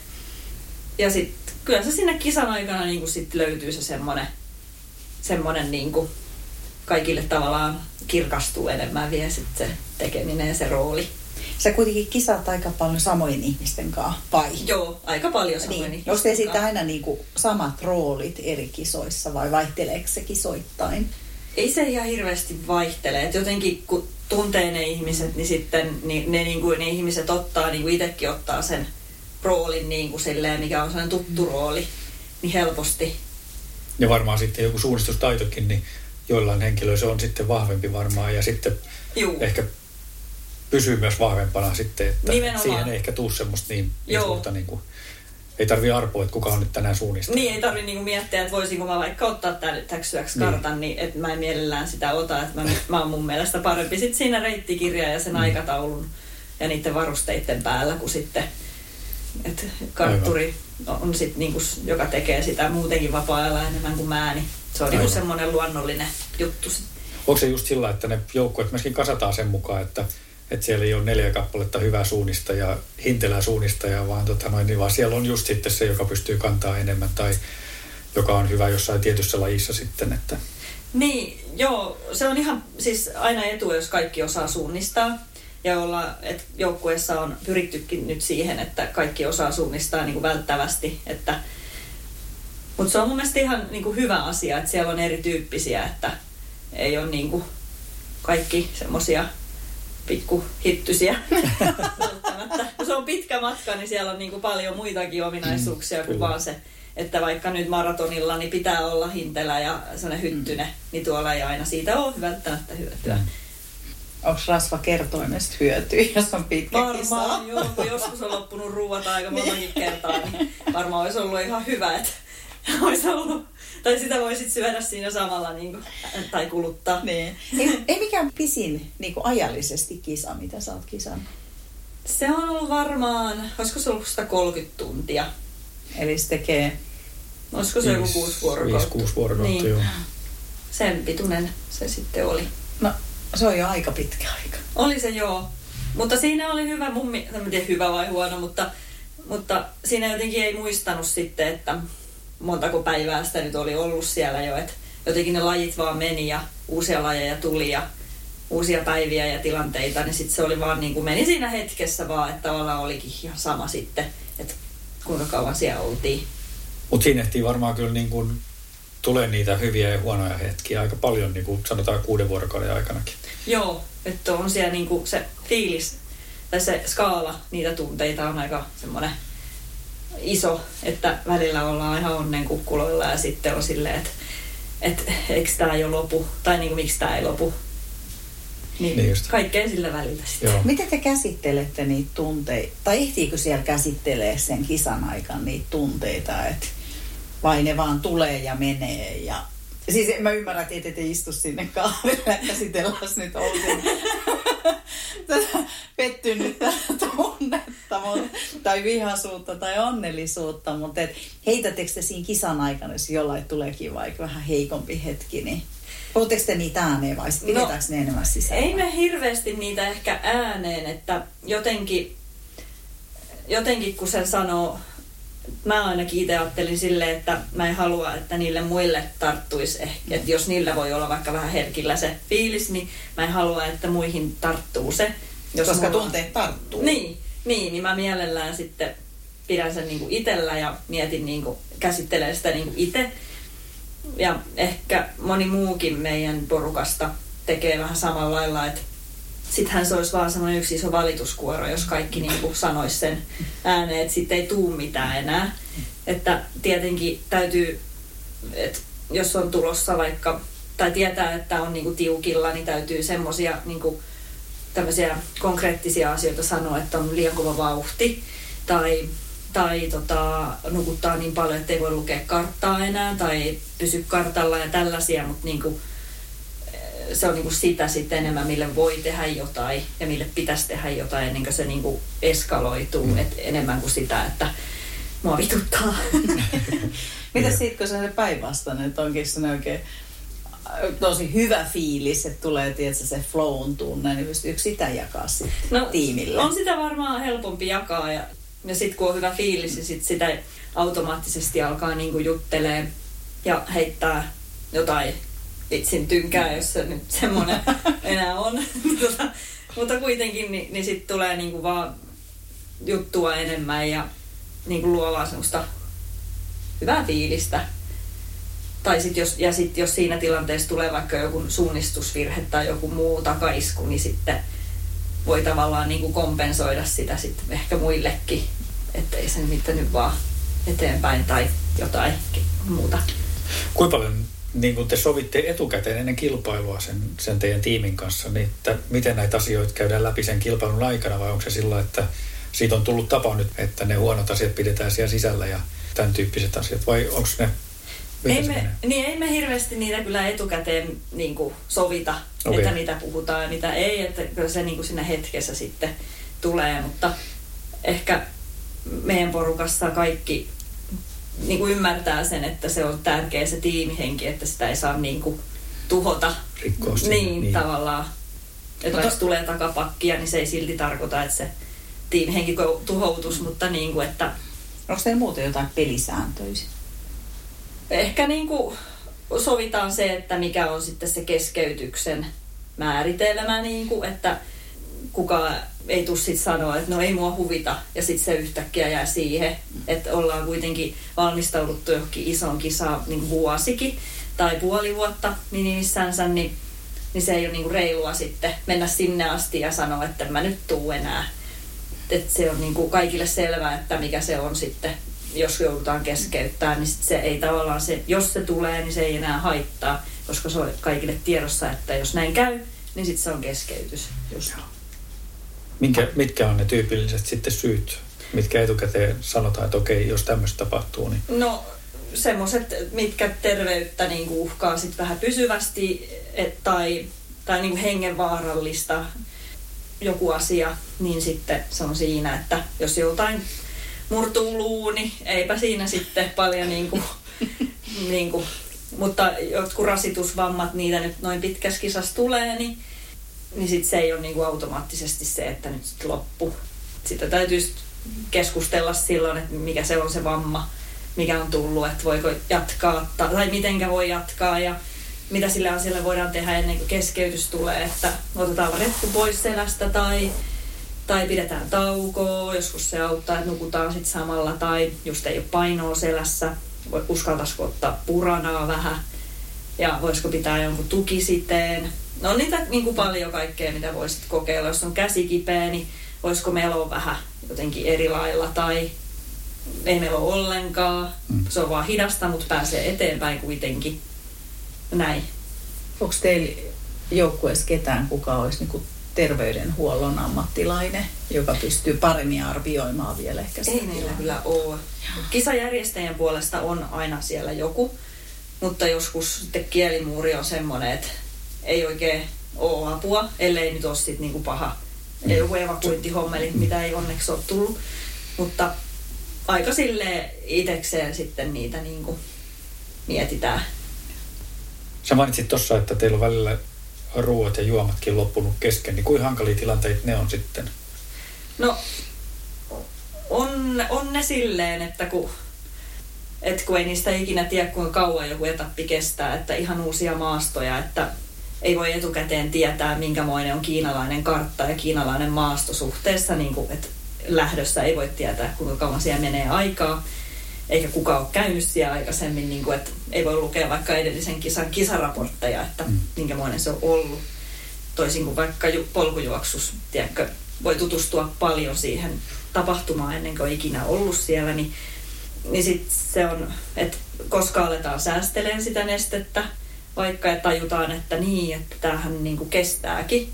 Ja sitten kyllä se siinä kisan aikana niin kuin sit löytyy se semmoinen, semmoinen niin kuin kaikille tavallaan kirkastuu enemmän vielä sitten se tekeminen ja se rooli. Sä kuitenkin kisaat aika paljon samojen ihmisten kanssa, vai? Joo, aika paljon samojen niin. ihmisten Onko te sitten aina niinku samat roolit eri kisoissa vai vaihteleeko se kisoittain? Ei se ihan hirveästi vaihtele. Et jotenkin kun tuntee ne ihmiset, niin sitten niin ne, niinku, ne ihmiset ottaa, niin kuin itsekin ottaa sen roolin niin kuin silleen, mikä on sellainen tuttu mm. rooli, niin helposti. Ja varmaan sitten joku suunnistustaitokin, niin joillain henkilöillä se on sitten vahvempi varmaan ja sitten Juu. ehkä pysyy myös vahvempana sitten, että nimenomaan. Siihen ei ehkä tule semmoista niin, niin suurta niin kuin, ei tarvitse arpoa, että kuka on nyt tänään suunnistanut. Niin, ei tarvitse niin kuin miettiä, että voisinko mä vaikka ottaa tämän täksyäksi kartan, niin. niin että mä en mielellään sitä ota, että mä, mä oon mun mielestä parempi sitten siinä reittikirja ja sen mm. aikataulun ja niiden varusteiden päällä, kun sitten että kartturi Aivan. on sitten niinku, joka tekee sitä muutenkin vapaa-ajalla enemmän kuin mä, niin se on niinku semmoinen luonnollinen juttu. Onko se just sillä, että ne joukkueet myöskin kasataan sen mukaan, että, että siellä ei ole neljä kappaletta hyvää suunnistajaa, hintelää suunnistajaa, vaan, tota noin, niin vaan siellä on just sitten se, joka pystyy kantaa enemmän tai joka on hyvä jossain tietyssä lajissa sitten. Että... Niin, joo, se on ihan siis aina etu, jos kaikki osaa suunnistaa. Ja olla, että joukkueessa on pyrittykin nyt siihen, että kaikki osaa suunnistaa niin kuin välttävästi. Että, mutta se on mun mielestä ihan niin kuin hyvä asia, että siellä on erityyppisiä, että ei ole niin kuin kaikki semmoisia pikkuhittysiä välttämättä. Kun se on pitkä matka, niin siellä on niin kuin paljon muitakin ominaisuuksia mm, kuin vaan se, että vaikka nyt maratonilla niin pitää olla hintelä ja sellainen hyttyne, mm. niin tuolla ei aina siitä ole välttämättä hyötyä. Mm. Onko rasvakertoimesta hyötyä, jos on pitkä varmaan, kisa? Varmaan, joo. Kun joskus on loppunut ruuat aika montakin kertaa, niin varmaan olisi ollut ihan hyvä, että olisi ollut... Tai sitä voisit syödä siinä samalla niin kuin, tai kuluttaa. Niin. Ei, ei mikään pisin niin kuin ajallisesti kisa, mitä sä oot kisannut? Se on ollut varmaan, olisiko se ollut sata kolmekymmentä tuntia. Eli se tekee... Olisiko se joku kuusi vuorokautta? Viisi, kuusi vuorokautta, niin. Joo. Sen pituinen se sitten oli. No, se on jo aika pitkä aika. Oli se joo. Mutta siinä oli hyvä, mun mi- en tiedä hyvä vai huono, mutta, mutta siinä jotenkin ei muistanut sitten, että montako päivää sitä nyt oli ollut siellä jo. Että jotenkin ne lajit vaan meni ja uusia lajeja tuli ja uusia päiviä ja tilanteita, niin sitten se oli vaan niin kuin meni siinä hetkessä vaan, että tavallaan olikin ihan sama sitten, että kuinka kauan siellä oltiin. Mutta siinä ehtii varmaan kyllä niin kuin tulee niitä hyviä ja huonoja hetkiä aika paljon, niin kuin sanotaan kuuden vuorokauden aikanakin. Joo, että on siellä niin kuin se fiilis tai se skaala, niitä tunteita on aika semmoinen iso, että välillä ollaan ihan onnenkukkuloilla ja sitten on silleen, että et, eikö tämä jo lopu, tai niin kuin, miksi tämä ei lopu. Niin, niin kaikkea sillä välillä sitten. Joo. Miten te käsittelette niitä tunteita, tai ehtiikö siellä käsittelee sen kisan aikana niitä tunteita, että vai ne vaan tulee ja menee ja... Siis mä ymmärrän, että ette istu sinne kahville ja käsitellään nyt Outin tätä pettynyttä tunnetta tai vihaisuutta tai onnellisuutta, mutta et heitättekö te siinä kisan aikana, jos jollain tuleekin vaikka vähän heikompi hetki, niin puhutteko te niitä ääneen vai pidetäänkö no, ne enemmän sisällä? Ei me hirveästi niitä ehkä ääneen, että jotenkin, jotenkin kun sen sanoo, mä ainakin itse ajattelin silleen, että mä en halua, että niille muille tarttuisi ehkä. Mm. Että jos niillä voi olla vaikka vähän herkillä se fiilis, niin mä en halua, että muihin tarttuu se. Jos Koska mulla... tunteet tarttuu. Niin, niin, niin mä mielellään sitten pidän sen niinku itsellä ja mietin, niinku, käsittelen sitä niinku itse. Ja ehkä moni muukin meidän porukasta tekee vähän samalla lailla, että sittenhän se olisi vaan semmoinen yksi iso valituskuoro, jos kaikki niin kuin sanoisi sen ääneen, että sitten ei tule mitään enää. Että tietenkin täytyy, että jos on tulossa vaikka, tai tietää, että on niin kuin tiukilla, niin täytyy semmoisia niin kuin tämmöisiä konkreettisia asioita sanoa, että on liian kova vauhti tai, tai tota, nukuttaa niin paljon, että ei voi lukea karttaa enää tai ei pysy kartalla ja tällaisia, mutta niinku, se on niinku sitä sitten enemmän, mille voi tehdä jotain ja mille pitäisi tehdä jotain ennen kuin se niinku eskaloituu mm. et enemmän kuin sitä, että mua vituttaa. Mitä siitä, kun se on se päinvastainen, että onkin se oikein tosi hyvä fiilis, että tulee tietysti se flown tunne, niin pystyykö sitä jakaa sitten no, tiimille? On sitä varmaan helpompi jakaa ja, ja sitten kun on hyvä fiilis, niin sit sitä automaattisesti alkaa niinku juttelee ja heittää jotain vitsin tynkää, jos se nyt semmoinen enää on. mutta, mutta kuitenkin niin, niin sitten tulee niinku vaan juttua enemmän ja niinku luovaa semmoista hyvää fiilistä. Tai sit jos, ja sitten jos siinä tilanteessa tulee vaikka joku suunnistusvirhe tai joku muu takaisku, niin sitten voi tavallaan niinku kompensoida sitä sitten ehkä muillekin, ettei se nyt vaan eteenpäin tai jotain muuta. Kuinka paljon niin kun te sovitte etukäteen ennen kilpailua sen, sen teidän tiimin kanssa, niin että miten näitä asioita käydään läpi sen kilpailun aikana, vai onko se sillä, että siitä on tullut tapa nyt, että ne huonot asiat pidetään siellä sisällä ja tämän tyyppiset asiat, vai onko ne... Ei me, niin ei me hirveästi niitä kyllä etukäteen niin kuin sovita, okay. Että mitä puhutaan ja mitä ei, että kyllä se niin kuin siinä hetkessä sitten tulee, mutta ehkä meidän porukassa kaikki niin kuin ymmärtää sen, että se on tärkeä se tiimihenki, että sitä ei saa niin kuin tuhota. Rikkoa sinne. Niin, niin, tavallaan. Että mutta... jos tulee takapakkia, niin se ei silti tarkoita, että se tiimihenki tuhoutus, mutta niin kuin, että... Onko teillä muuten jotain pelisääntöjä? Ehkä niin kuin sovitaan se, että mikä on sitten se keskeytyksen määritelmä, niin kuin, että kukaan ei tule sitten sanoa, että no ei mua huvita, ja sitten se yhtäkkiä jää siihen, että ollaan kuitenkin valmistauduttu johonkin isoon kisaan niin vuosikin tai puoli vuotta minimissänsä, niin, niin se ei ole niin kuin reilua sitten mennä sinne asti ja sanoa, että mä nyt tuu enää. Että se on niin kuin kaikille selvää, että mikä se on sitten. Jos joudutaan keskeyttämään, niin sit se ei tavallaan se, jos se tulee, niin se ei enää haittaa, koska se on kaikille tiedossa, että jos näin käy, niin sitten se on keskeytys. Just. Minkä, mitkä on ne tyypilliset sitten syyt, mitkä etukäteen sanotaan, että okei, jos tämmöistä tapahtuu? Niin... No semmoiset, mitkä terveyttä niin kuin uhkaa sit vähän pysyvästi et, tai, tai niin kuin hengenvaarallista joku asia, niin sitten se on siinä, että jos jotain murtuu luu, niin eipä siinä sitten paljon niin kuin, niin kuin, mutta jotkut rasitusvammat, niitä nyt noin pitkässä kisassa tulee, niin, niin sitten se ei ole niin kuin automaattisesti se, että nyt sitten loppu. Sitten täytyy keskustella silloin, että mikä se on se vamma, mikä on tullut, että voiko jatkaa tai mitenkä voi jatkaa ja mitä sille asialle voidaan tehdä ennen kuin keskeytys tulee, että otetaan reppu pois selästä tai Tai pidetään taukoa, joskus se auttaa, että nukutaan sitten samalla, tai just ei ole painoa selässä, uskaltaisiko ottaa puranaa vähän, ja voisiko pitää jonkun tukisiteen. No on niitä niin kuin paljon kaikkea, mitä voisit kokeilla. Jos on käsi kipeä, niin voisiko meloa vähän jotenkin eri lailla, tai ei melo ollenkaan. Se on vaan hidasta, mutta pääsee eteenpäin kuitenkin. Näin. Onko teillä joukkueessa ketään, kuka olisi niin kuin terveydenhuollon ammattilainen, joka pystyy paremmin arvioimaan vielä ehkä sitä? Ei meillä kyllä ole. Kisajärjestäjän puolesta on aina siellä joku, mutta joskus sitten kielimuuri on semmoinen, että ei oikein ole apua, ellei nyt ole sitten niinku paha mm. joku evakuointihommeli, mitä ei onneksi ole tullut. Mutta aika silleen itekseen sitten niitä niinku mietitään. Sä mainitsit tuossa, että teillä on välillä ruoat ja juomatkin loppunut kesken, niin kuinka hankalia tilanteita ne on sitten? No, on, on ne silleen, että kun, et kun ei niistä ikinä tiedä, kuinka kauan joku etappi kestää, että ihan uusia maastoja, että ei voi etukäteen tietää, minkämoinen on kiinalainen kartta ja kiinalainen maasto suhteessa, niin kuin, että lähdössä ei voi tietää, kuinka kauan siellä menee aikaa, eikä kuka ole käynyt siellä aikaisemmin, niin kuin, että ei voi lukea vaikka edellisen kisan kisaraportteja, että mm. minkämoinen se on ollut. Toisin kuin vaikka ju- polkujuoksus, tiedätkö, voi tutustua paljon siihen tapahtumaan ennen kuin on ikinä ollut siellä, niin, niin sitten se on, että koska aletaan säästelemään sitä nestettä, vaikka tajutaan, että niin, että tämähän niin kuin kestääkin,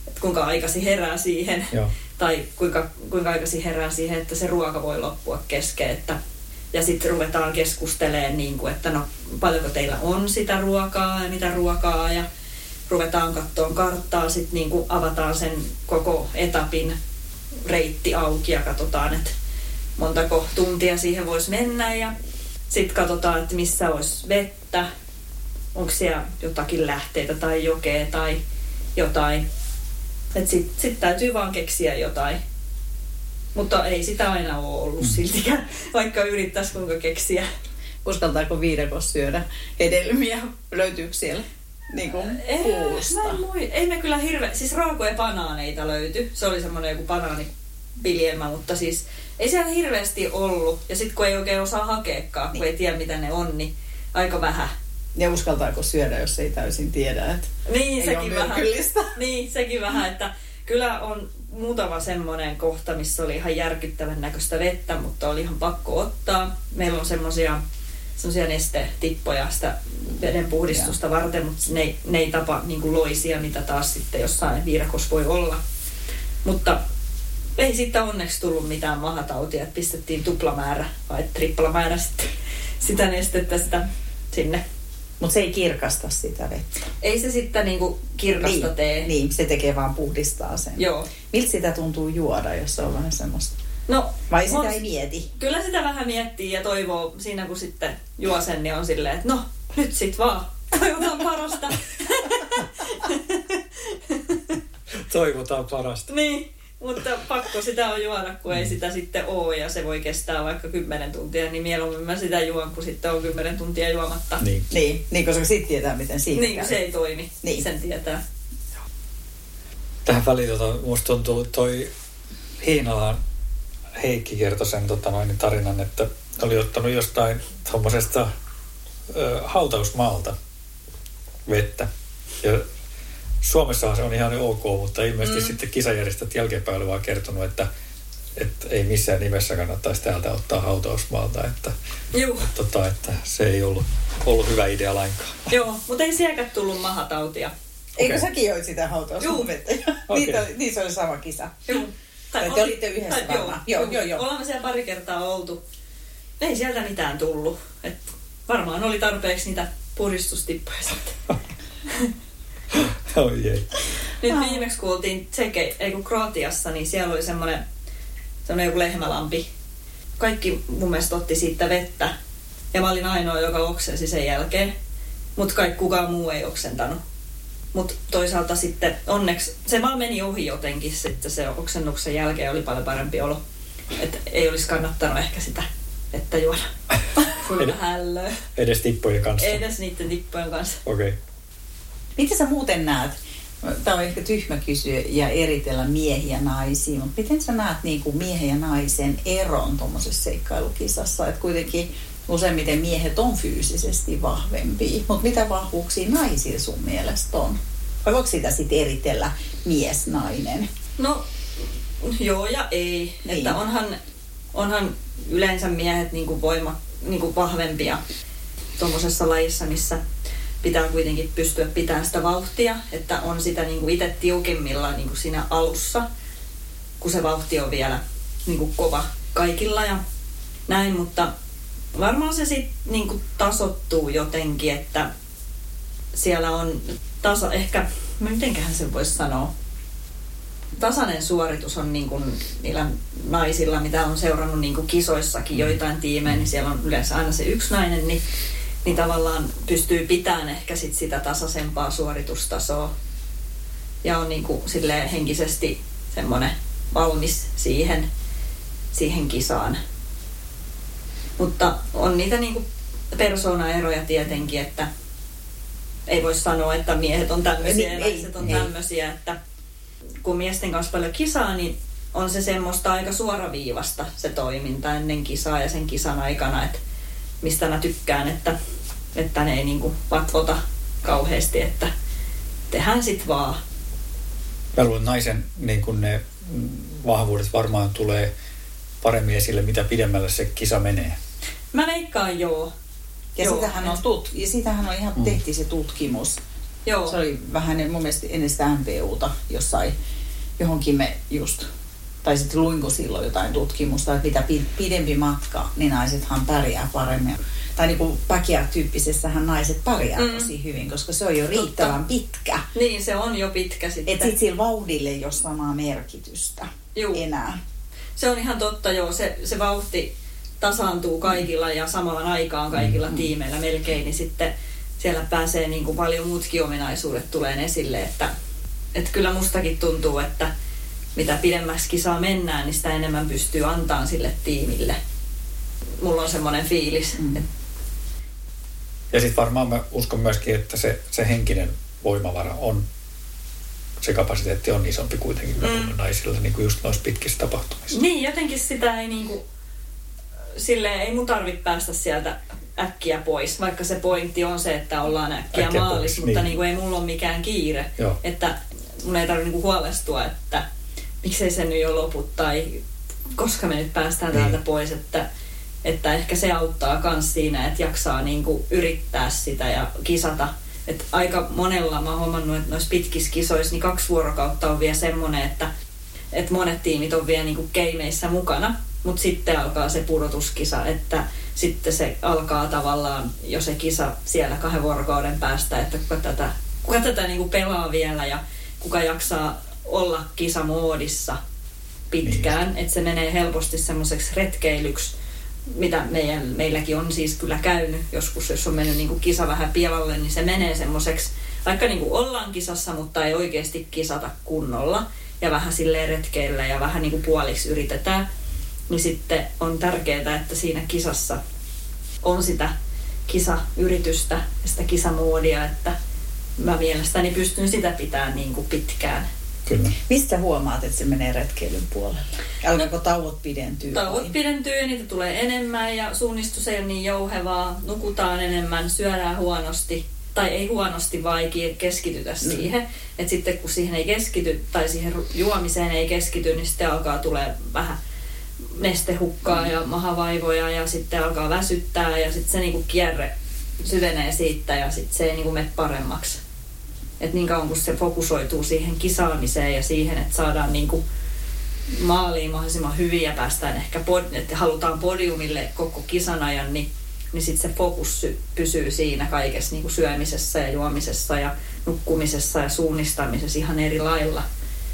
että kuinka aikaisin herää siihen. Joo. Tai kuinka, kuinka aikaisin herää siihen, että se ruoka voi loppua kesken. Että, ja sitten ruvetaan keskustelemaan, niin kuin, että no paljonko teillä on sitä ruokaa ja mitä ruokaa. Ja ruvetaan katsomaan karttaa, sitten niin kuin avataan sen koko etapin reitti auki ja katsotaan, että montako tuntia siihen voisi mennä. Ja sitten katsotaan, että missä olisi vettä, onko siellä jotakin lähteitä tai jokea tai jotain. Että sitten sit täytyy vaan keksiä jotain. Mutta ei sitä aina ole ollut siltikään, vaikka yrittäisi kuinka keksiä. Uskaltaako viidakossa syödä hedelmiä? Löytyykö siellä niin kuin puusta? Mä en mui. Ei me kyllä hirveä, siis raakoja banaaneita löyty. Se oli semmoinen joku banaaniviljelmä, mutta siis ei siellä hirveästi ollut. Ja sitten kun ei oikein osaa hakeakaan, kun niin. ei tiedä mitä ne on, niin aika vähän. Ja uskaltaako syödä, jos ei täysin tiedä, että niin, ei sekin ole vähän. myrkyllistä? Niin, sekin vähän, että kyllä on muutama semmoinen kohta, missä oli ihan järkyttävän näköistä vettä, mutta oli ihan pakko ottaa. Meillä on semmoisia semmoisia nestetippoja sitä veden puhdistusta ja. varten, mutta ne ei, ne ei tapa niin kuin loisia, mitä taas sitten jossain viidakossa voi olla. Mutta ei sitten onneksi tullut mitään mahatautia, että pistettiin tuplamäärä vai triplamäärä sitten sitä nestettä sitä sinne. Mutta se ei kirkasta sitä vettä. Ei se sitten niinku kirkasta niin, tee. Niin, se tekee vaan puhdistaa sen. Joo. Miltä sitä tuntuu juoda, jos on vähän semmoista? No, vai sitä on, ei mieti? Kyllä sitä vähän miettii ja toivoo siinä, kun sitten juo sen, niin on silleen, että no, nyt sit vaan. Toivotaan parasta. Toivotaan parasta. Niin, mutta pakko sitä on juoda, kun ei sitä sitten ole ja se voi kestää vaikka kymmenen tuntia, niin mieluummin mä sitä juon, kun sitten on kymmenen tuntia juomatta. Niin, niin, niin koska sitten tietää, miten siinä Niin, käy. se ei toimi. Niin. Sen tietää. Tähän väliin tota, musta tuntuu toi Hiinalan Heikki kertoi sen tota, noin, tarinan, että oli ottanut jostain tommosesta ö, hautausmaalta vettä. Ja Suomessahan se on ihan ok, mutta ilmeisesti mm. sitten kisajärjestöt jälkeenpäin oli vaan kertonut, että, että ei missään nimessä kannattaisi täältä ottaa hautausmaalta. Että, että, tota, että se ei ollut, ollut hyvä idea lainkaan. Joo, mutta ei sielläkään tullut mahatautia. Eikö Okay. säkin joit sitä hautausmaanvettä? Okay. Niin, niin se oli sama kisa. Joo. Tai te olitte yhdessä tai, varmaan. Joo, joo, joo, joo. Ollaan siellä pari kertaa oltu. Ei sieltä mitään tullut. Et varmaan oli tarpeeksi niitä puristustippoja sitten. Oi ei. Nyt viimeksi kun oltiin Tseke, ei kun Kroatiassa, niin siellä oli semmoinen, semmoinen joku lehmälampi. Kaikki mun mielestä otti siitä vettä. Ja mä olin ainoa, joka oksensi sen jälkeen. Mutta kaikki kukaan muu ei oksentanut. Mutta toisaalta sitten onneksi se vaan meni ohi jotenkin sitten se oksennuksen jälkeen oli paljon parempi olo. Että ei olisi kannattanut ehkä sitä vettä juoda. Kuinka hällöä. Edes tippojen kanssa? Edes niiden tippojen kanssa. Okei. Okay. Miten sä muuten näet? Tämä on ehkä tyhmä kysyä ja eritellä miehiä ja naisia, mutta miten sä näet niin kuin miehen ja naisen eron tuommoisessa seikkailukisassa? Että kuitenkin useimmiten miehet on fyysisesti vahvempia, mutta mitä vahvuuksia naisilla sun mielestä on? Vai voiko sitä sitten eritellä mies-nainen? No joo ja ei. Niin. Että onhan, onhan yleensä miehet niinku voima, niinku vahvempia tuommoisessa lajissa, missä pitää kuitenkin pystyä pitämään sitä vauhtia, että on sitä niinku itse tiukemmilla niinku siinä alussa, kun se vauhti on vielä niinku kova kaikilla ja näin, mutta varmaan se sitten niinku tasottuu jotenkin, että siellä on taso, ehkä, mitenköhän sen voisi sanoa, tasainen suoritus on niin kuin niillä naisilla, mitä on seurannut niin kuin kisoissakin joitain tiimejä, niin siellä on yleensä aina se yksi nainen, niin, niin tavallaan pystyy pitämään ehkä sit sitä tasaisempaa suoritustasoa ja on niin kuin silleen henkisesti semmoinen valmis siihen, siihen kisaan. Mutta on niitä niin kuin persoonaeroja tietenkin, että ei voi sanoa, että miehet on tämmöisiä ja naiset on tämmöisiä, että kun miesten kanssa paljon kisaa, niin on se semmoista aika suoraviivasta se toiminta ennen kisaa ja sen kisan aikana, että mistä mä tykkään, että, että ne ei niinku vatvota kauheasti, että tehdään sit vaan. Mä luulen, naisen niin kun ne vahvuudet varmaan tulee paremmin esille, mitä pidemmälle se kisa menee. Mä veikkaan joo. Ja joo, sitähän, et... on tut- ja sitähän on ihan mm. tehty se tutkimus, Joo. Se oli vähän mun mielestä ennen sitä M P Uta jossain, johonkin me just, tai sitten luinko silloin jotain tutkimusta, että mitä pidempi matka, niin naisethan pärjää paremmin. Tai niin kuin Backyard-tyyppisessähän naiset pärjää mm. tosi hyvin, koska se on jo riittävän Totta. pitkä. Niin, se on jo pitkä sitten. Että sitten sillä vauhdille ei ole samaa merkitystä Juu. enää. Se on ihan totta, joo. Se, se vauhti tasaantuu kaikilla ja samaan aikaan kaikilla mm. tiimeillä melkein, niin sitten siellä pääsee niin kuin paljon muutkin ominaisuudet tulee esille. Että, että kyllä mustakin tuntuu, että mitä pidemmäksi saa mennään, niin sitä enemmän pystyy antamaan sille tiimille. Mulla on semmoinen fiilis. Mm. Että ja sitten varmaan mä uskon myöskin, että se, se henkinen voimavara on, se kapasiteetti on isompi kuitenkin mm. naisilla, niin kuin just noissa pitkissä tapahtumissa. Niin, jotenkin sitä ei niinku, silleen ei mun tarvitse päästä sieltä äkkiä pois, vaikka se pointti on se, että ollaan äkkiä, äkkiä maalissa, pois, mutta niin. Niinku ei mulla ole mikään kiire. Joo. Että mun ei tarvitse niinku huolestua, että miksei se nyt jo lopu tai koska me nyt päästään niin. täältä pois, että Että ehkä se auttaa myös siinä, että jaksaa niinku yrittää sitä ja kisata. Et aika monella mä oon huomannut, että noissa pitkissä kisoissa niin kaksi vuorokautta on vielä semmoinen, että, että monet tiimit on vielä niinku keimeissä mukana. Mutta sitten alkaa se pudotuskisa, että sitten se alkaa tavallaan jo se kisa siellä kahden vuorokauden päästä, että kuka tätä, kuka tätä niinku pelaa vielä ja kuka jaksaa olla kisamoodissa pitkään. Niin. Että se menee helposti semmoiseksi retkeilyksi, mitä meidän, meilläkin on siis kyllä käynyt joskus, jos on mennyt niin kuin kisa vähän pielalle, niin se menee semmoiseksi, vaikka niin kuin ollaan kisassa, mutta ei oikeasti kisata kunnolla ja vähän silleen retkeillä ja vähän niin kuin puoliksi yritetään, niin sitten on tärkeää, että siinä kisassa on sitä kisayritystä ja sitä kisamoodia, että mä mielestäni pystyn sitä pitämään niin kuin pitkään. Kyllä. Mistä huomaat, että se menee retkeilyn puolelle? Alkaako tauot pidentyy? Tauot pidentyy ja niitä tulee enemmän ja suunnistus ei ole niin jouhevaa. Nukutaan enemmän, syödään huonosti. Tai ei huonosti, vaan ei keskitytä mm. siihen. Että sitten kun siihen ei keskity tai siihen juomiseen ei keskity, niin sitten alkaa tulee vähän nestehukkaa mm. ja mahavaivoja ja sitten alkaa väsyttää ja sitten se niinku kierre syvenee siitä ja sitten se ei niinku mene paremmaksi. Että niin kauan kun se fokusoituu siihen kisaamiseen ja siihen, että saadaan niinku maaliin mahdollisimman hyvin ja päästään ehkä, pod- että halutaan podiumille koko kisan ajan, niin, niin sitten se fokus pysyy siinä kaikessa niinku syömisessä ja juomisessa ja nukkumisessa ja suunnistamisessa ihan eri lailla.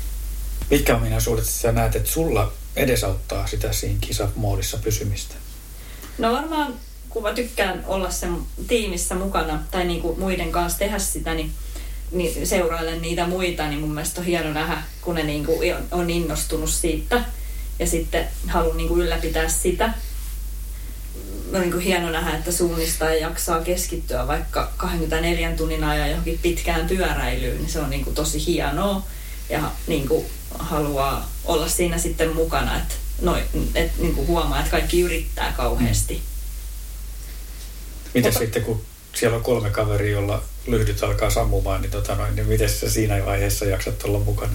Mitkä ominaisuudet sä näet, että sulla edesauttaa sitä siinä kisamoodissa pysymistä? No varmaan, kun mä tykkään olla sen tiimissä mukana tai niinku muiden kanssa tehdä sitä, niin niin seurailen niitä muita, niin mun mielestä on hieno nähdä, kun ne niinku on innostunut siitä ja sitten haluan niinku ylläpitää sitä. On niinku hieno nähdä, että suunnistaja jaksaa keskittyä vaikka kaksikymmentäneljä tunnin ajan johonkin pitkään pyöräilyyn, niin se on niinku tosi hienoa ja niinku haluaa olla siinä sitten mukana, että no, et niinku huomaa, että kaikki yrittää kauheasti. Miten sitten, kun siellä on kolme kaveria, jolla lyhdyt alkaa sammumaan, niin, tota noin, niin miten sä siinä vaiheessa jaksat olla mukana?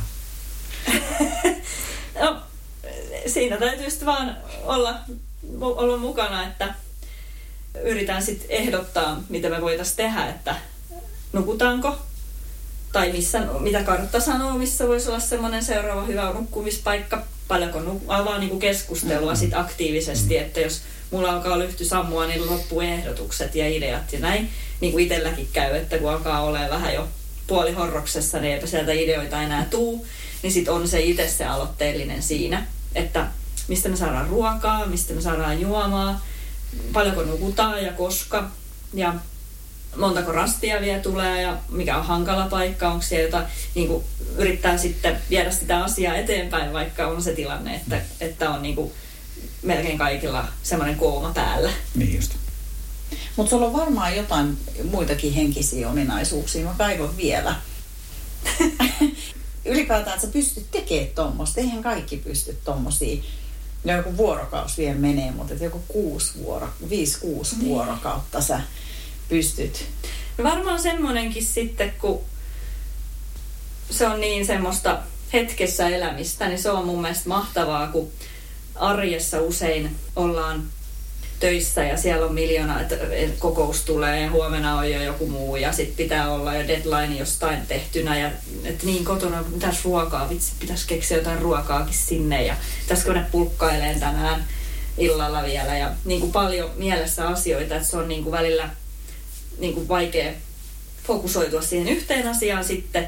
No, siinä täytyy sitten vaan olla, olla mukana, että yritän sitten ehdottaa, mitä me voitaisiin tehdä, että nukutaanko, tai missä, mitä kartta sanoo, missä voisi olla semmoinen seuraava hyvä nukkumispaikka, paljonko nu- avaa niinku keskustelua mm-hmm. sit aktiivisesti, mm-hmm. että jos mulla alkaa lyhty sammua, niin loppuu ehdotukset ja ideat ja näin. Niin kuin itselläkin käy, että kun alkaa olemaan vähän jo puolihorroksessa, niin eipä sieltä ideoita enää tuu, niin sit on se itse se aloitteellinen siinä, että mistä me saadaan ruokaa, mistä me saadaan juomaa, paljonko nukutaan ja koska, ja montako rastia vielä tulee ja mikä on hankala paikka, onko siellä jotain, niin kuin yrittää sitten viedä sitä asiaa eteenpäin, vaikka on se tilanne, että, että on niin kuin melkein kaikilla semmoinen kooma päällä. Niin just. Mutta sulla on varmaan jotain muitakin henkisiä ominaisuuksia. Mä kaivon vielä. Ylipäätään, että sä pystyt tekemään tommoista. Eihän kaikki pysty tommosia. Ja joku vuorokausi vielä menee, mutta joku kuusi vuoro, viisi, kuusi niin. vuorokautta sä pystyt. No varmaan semmoinenkin sitten, kun se on niin semmoista hetkessä elämistä, niin se on mun mielestä mahtavaa, kun arjessa usein ollaan töissä ja siellä on miljoona, että kokous tulee ja huomenna on jo joku muu ja sitten pitää olla jo deadline jostain tehtynä ja että niin kotona mitäs ruokaa, vitsi pitäisi keksiä jotain ruokaakin sinne ja pitäisikö ne pulkkaileen tänään illalla vielä ja niin kuin paljon mielessä asioita, että se on niin kuin välillä niin kuin vaikea fokusoitua siihen yhteen asiaan sitten,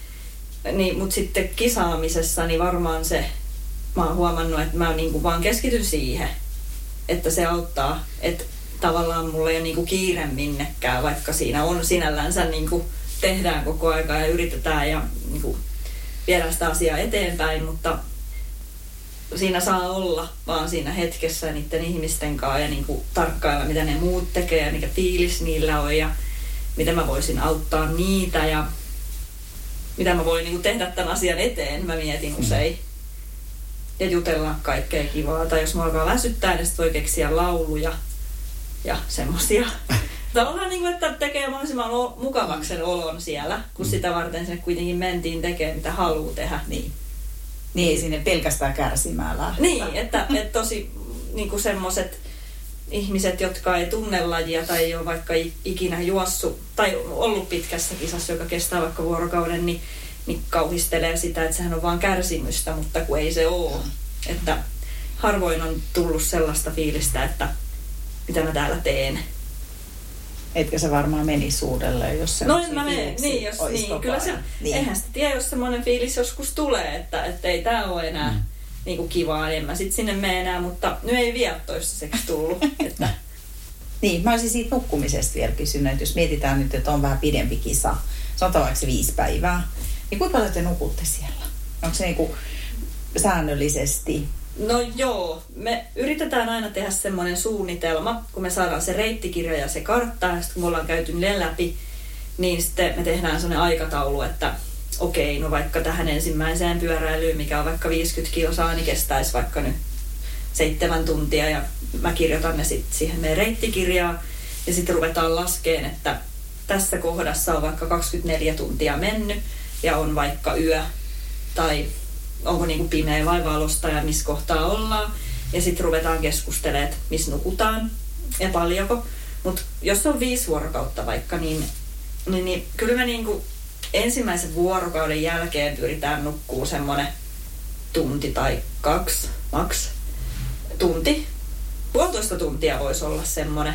niin, mutta sitten kisaamisessa niin varmaan se, mä oon huomannut, että mä niin kuin vaan keskityn siihen, että se auttaa, että tavallaan mulla ei ole niin kuin kiire minnekään, vaikka siinä on sinällänsä niin kuin tehdään koko aika ja yritetään ja niin kuin viedään sitä asiaa eteenpäin, mutta siinä saa olla vaan siinä hetkessä niiden ihmisten kanssa ja niin kuin tarkkailla, mitä ne muut tekee ja mikä fiilis niillä on ja miten mä voisin auttaa niitä ja mitä mä voin niin kuin tehdä tämän asian eteen, mä mietin usein. Ja jutella kaikkea kivaa. Tai jos mä alkaa väsyttää, niin sit voi keksiä lauluja ja semmosia. Tavallaan niin kuin, että tekee mahdollisimman mukavaksi sen olon siellä, kun sitä varten sinne kuitenkin mentiin tekemään, mitä haluaa tehdä. Niin. Niin ei sinne pelkästään kärsimään lähteä. Niin, että, että tosi niin kuin semmoset ihmiset, jotka ei tunne lajia tai ei ole vaikka ikinä juossut tai ollut pitkässä kisassa, joka kestää vaikka vuorokauden, niin, niin kauhistelee sitä, että sehän on vaan kärsimystä, mutta kun ei se ole. Että harvoin on tullut sellaista fiilistä, että mitä mä täällä teen. Etkä se varmaan menisi uudelleen, jos se no en mä mene, niin, jos, niin kyllä se, niin. Eihän sitä tiedä, jos semmoinen fiilis joskus tulee, että, että ei tää ole enää mm. niin kuin kivaa, niin en mä sit sinne mene enää, mutta nyt ei vielä toistaiseksi tullut. Että. Niin, mä olisin siitä nukkumisesta vielä kysynyt, että jos mietitään nyt, että on vähän pidempi kisa, sanotaan vaikka viisi päivää, niin kuinka paljon te nukutte siellä? Onko se niinku säännöllisesti? No joo, me yritetään aina tehdä semmoinen suunnitelma, kun me saadaan se reittikirja ja se kartta, ja sitten kun me ollaan käyty ne läpi, niin sitten me tehdään semmoinen aikataulu, että okei, no vaikka tähän ensimmäiseen pyöräilyyn, mikä on vaikka viisikymmentä kilsaa, niin kestäisi vaikka nyt seitsemän tuntia, ja mä kirjoitan ne sitten siihen meidän reittikirjaan, ja sitten ruvetaan laskeen, että tässä kohdassa on vaikka kaksikymmentäneljä tuntia mennyt, ja on vaikka yö, tai onko niinku pimeä vai valosta ja missä kohtaa ollaan. Ja sitten ruvetaan keskustelemaan, että missä nukutaan ja paljonko. Mutta jos on viisi vuorokautta vaikka, niin, niin, niin kyllä me niinku ensimmäisen vuorokauden jälkeen pyritään nukkuu semmoinen tunti tai kaksi, maks. Tunti. Puolitoista tuntia voisi olla semmoinen,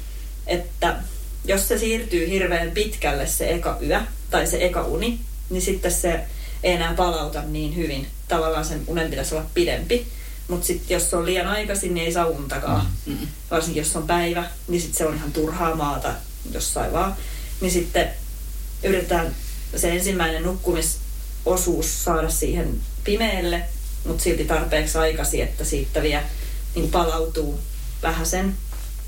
että jos se siirtyy hirveän pitkälle se eka yö tai se eka uni, niin sitten se ei enää palauta niin hyvin. Tavallaan sen unen pitäisi olla pidempi, mutta sitten jos se on liian aikaisin, niin ei saa untakaan. Mm-hmm. Varsinkin jos on päivä, niin sitten se on ihan turhaa maata jossain vaan. Niin sitten yritetään se ensimmäinen nukkumisosuus saada siihen pimeälle, mutta silti tarpeeksi aikaisin, että siitä vielä niin palautuu vähäsen.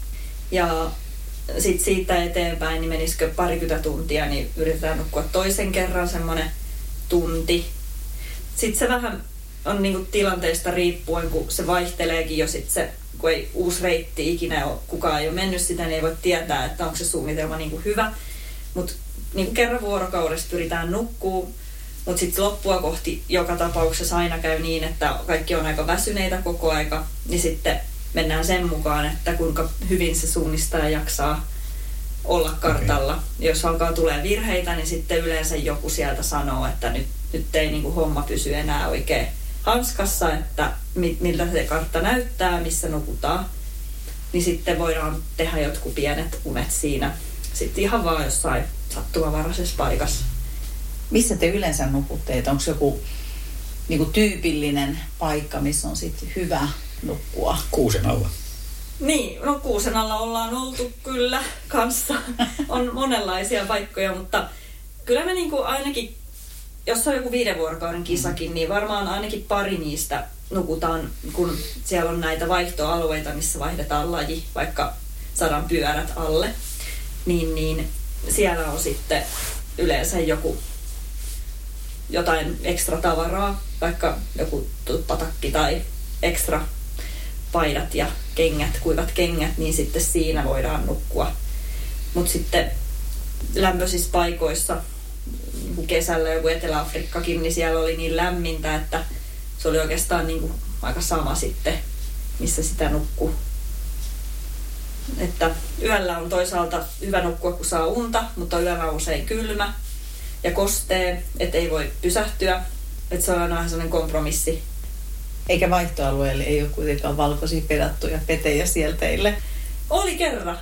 Ja sitten siitä eteenpäin, niin menisikö parikymmentä tuntia, niin yritetään nukkua toisen kerran semmoinen tunti. Sitten se vähän on niinku tilanteesta riippuen, kun se vaihteleekin jo sit se, kun ei uusi reitti ikinä ole, kukaan ei ole mennyt sitä, niin ei voi tietää, että onko se suunnitelma niinku hyvä. Mutta niinku kerran vuorokaudessa pyritään nukkuu, mutta sitten loppua kohti joka tapauksessa aina käy niin, että kaikki on aika väsyneitä koko aika, niin sitten mennään sen mukaan, että kuinka hyvin se suunnistaja jaksaa olla kartalla. Okay. Jos alkaa tulee virheitä, niin sitten yleensä joku sieltä sanoo, että nyt, nyt ei niin kuin homma pysy enää oikein hanskassa, että miltä se kartta näyttää, missä nukutaan. Niin sitten voidaan tehdä jotkut pienet unet siinä. Sitten ihan vaan jossain sattumavaraisessa paikassa. Missä te yleensä nukutte? Onko joku niin kuin tyypillinen paikka, missä on sitten hyvä nukkua? Kuusen alla. Niin, no kuusen alla ollaan oltu kyllä kanssa. On monenlaisia paikkoja, mutta kyllä me niinku ainakin, jos on joku viiden vuorokauden kisakin, niin varmaan ainakin pari niistä nukutaan, kun siellä on näitä vaihtoalueita, missä vaihdetaan laji, vaikka saadaan pyörät alle. Niin, niin siellä on sitten yleensä joku jotain ekstra tavaraa, vaikka joku patakki tai ekstra paidat ja kengät, kuivat kengät, niin sitten siinä voidaan nukkua. Mutta sitten lämpöisissä paikoissa, niin kuin kesällä joku Etelä-Afrikkakin, niin siellä oli niin lämmintä, että se oli oikeastaan niin kuin aika sama sitten, missä sitä nukkuu. Että yöllä on toisaalta hyvä nukkua, kun saa unta, mutta yöllä on usein kylmä ja kostee, että ei voi pysähtyä. Että se on aina vähän sellainen kompromissi. Eikä vaihtoalueelle ei ole kuitenkaan valkoisia pedattuja petejä siellä teille. Oli kerran.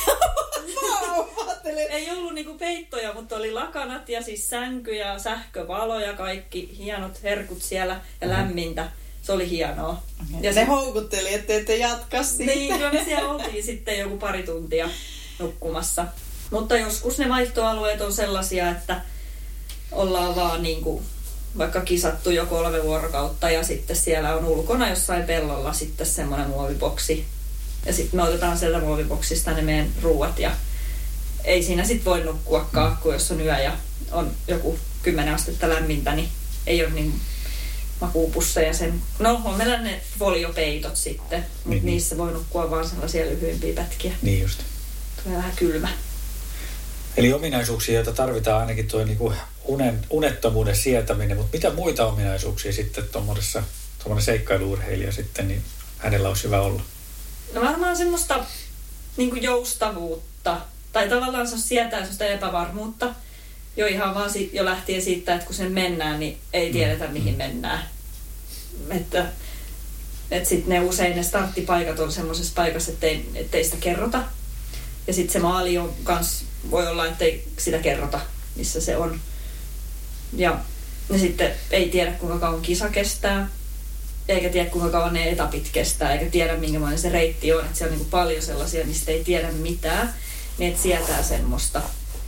Wow, ei ollut niinku peittoja, mutta oli lakanat ja siis sänky ja sähkövalo ja kaikki hienot herkut siellä ja lämmintä. Se oli hienoa. Okay. Ja ne se houkutteli, ettei ette jatka siitä. Niin, kyllä me siellä oltiin sitten joku pari tuntia nukkumassa. Mutta joskus ne vaihtoalueet on sellaisia, että ollaan vaan niinku vaikka kisattu jo kolme vuorokautta ja sitten siellä on ulkona jossain pellolla sitten semmoinen muoviboksi. Ja sitten me otetaan sieltä muoviboksista ne meidän ruuat ja ei siinä sitten voi nukkuakaan, kun jos on yö ja on joku kymmenen astetta lämmintä, niin ei ole niin makuupusseja sen. No, on meillä ne foliopeitot sitten, mutta niin, niissä voi nukkua vaan sellaisia lyhyempiä pätkiä. Niin just. Tulee vähän kylmä. Eli ominaisuuksia, joita tarvitaan ainakin tuo niinku unen, unettomuuden sietäminen, mutta mitä muita ominaisuuksia sitten tuommoisessa seikkailu-urheilija sitten, niin hänellä olisi hyvä olla? No varmaan semmoista niinku joustavuutta, tai tavallaan se sietää semmoista epävarmuutta, jo ihan vaan si- jo lähtien siitä, että kun sen mennään, niin ei tiedetä mihin mennään. Että et sitten ne usein ne starttipaikat on semmoisessa paikassa, ettei, ettei sitä kerrota. Ja sitten se maali on kans, voi olla, ettei sitä kerrota, missä se on. Ja, ja sitten ei tiedä, kuinka kauan kisa kestää, eikä tiedä, kuinka kauan ne etapit kestää, eikä tiedä, minkälainen se reitti on. Että siellä on niin paljon sellaisia, mistä ei tiedä mitään, niin että sietää semmoista.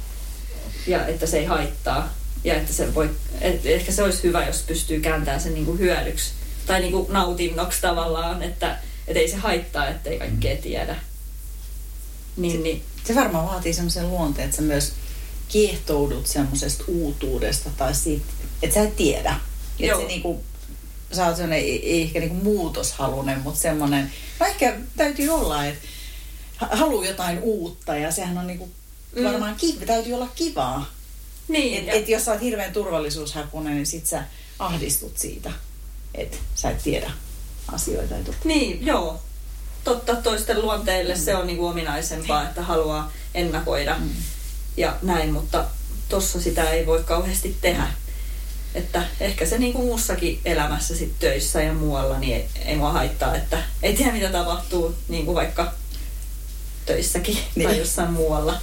Ja että se ei haittaa. Ja että se voi, et ehkä se olisi hyvä, jos pystyy kääntämään sen niin kuin hyödyksi. Tai niin kuin nautinnoksi tavallaan, että et ei se haittaa, ettei kaikkea tiedä. Niin, se, niin. se varmaan vaatii semmoisen luonteen, että sä myös kiehtoudut semmoisesta uutuudesta tai siitä, että sä et tiedä. Että se niinku, sä oot semmoinen, ei ehkä niinku muutoshalunen, mutta semmoinen, no ehkä täytyy olla, että haluaa jotain uutta ja sehän on niinku varmaan mm. kiva, täytyy olla kivaa. Niin, että et jos sä oot hirveän turvallisuushakunen, niin sit sä ahdistut siitä, että sä et tiedä asioita. Niin, joo. Totta, toisten luonteille mm. se on niinku ominaisempaa, että haluaa ennakoida mm. ja näin, mutta tossa sitä ei voi kauheasti tehdä. Että ehkä se niinku muussakin elämässä sit töissä ja muualla, niin ei, ei mua haittaa, että ei tiedä mitä tapahtuu niinku vaikka töissäkin niin. Tai jossain muualla.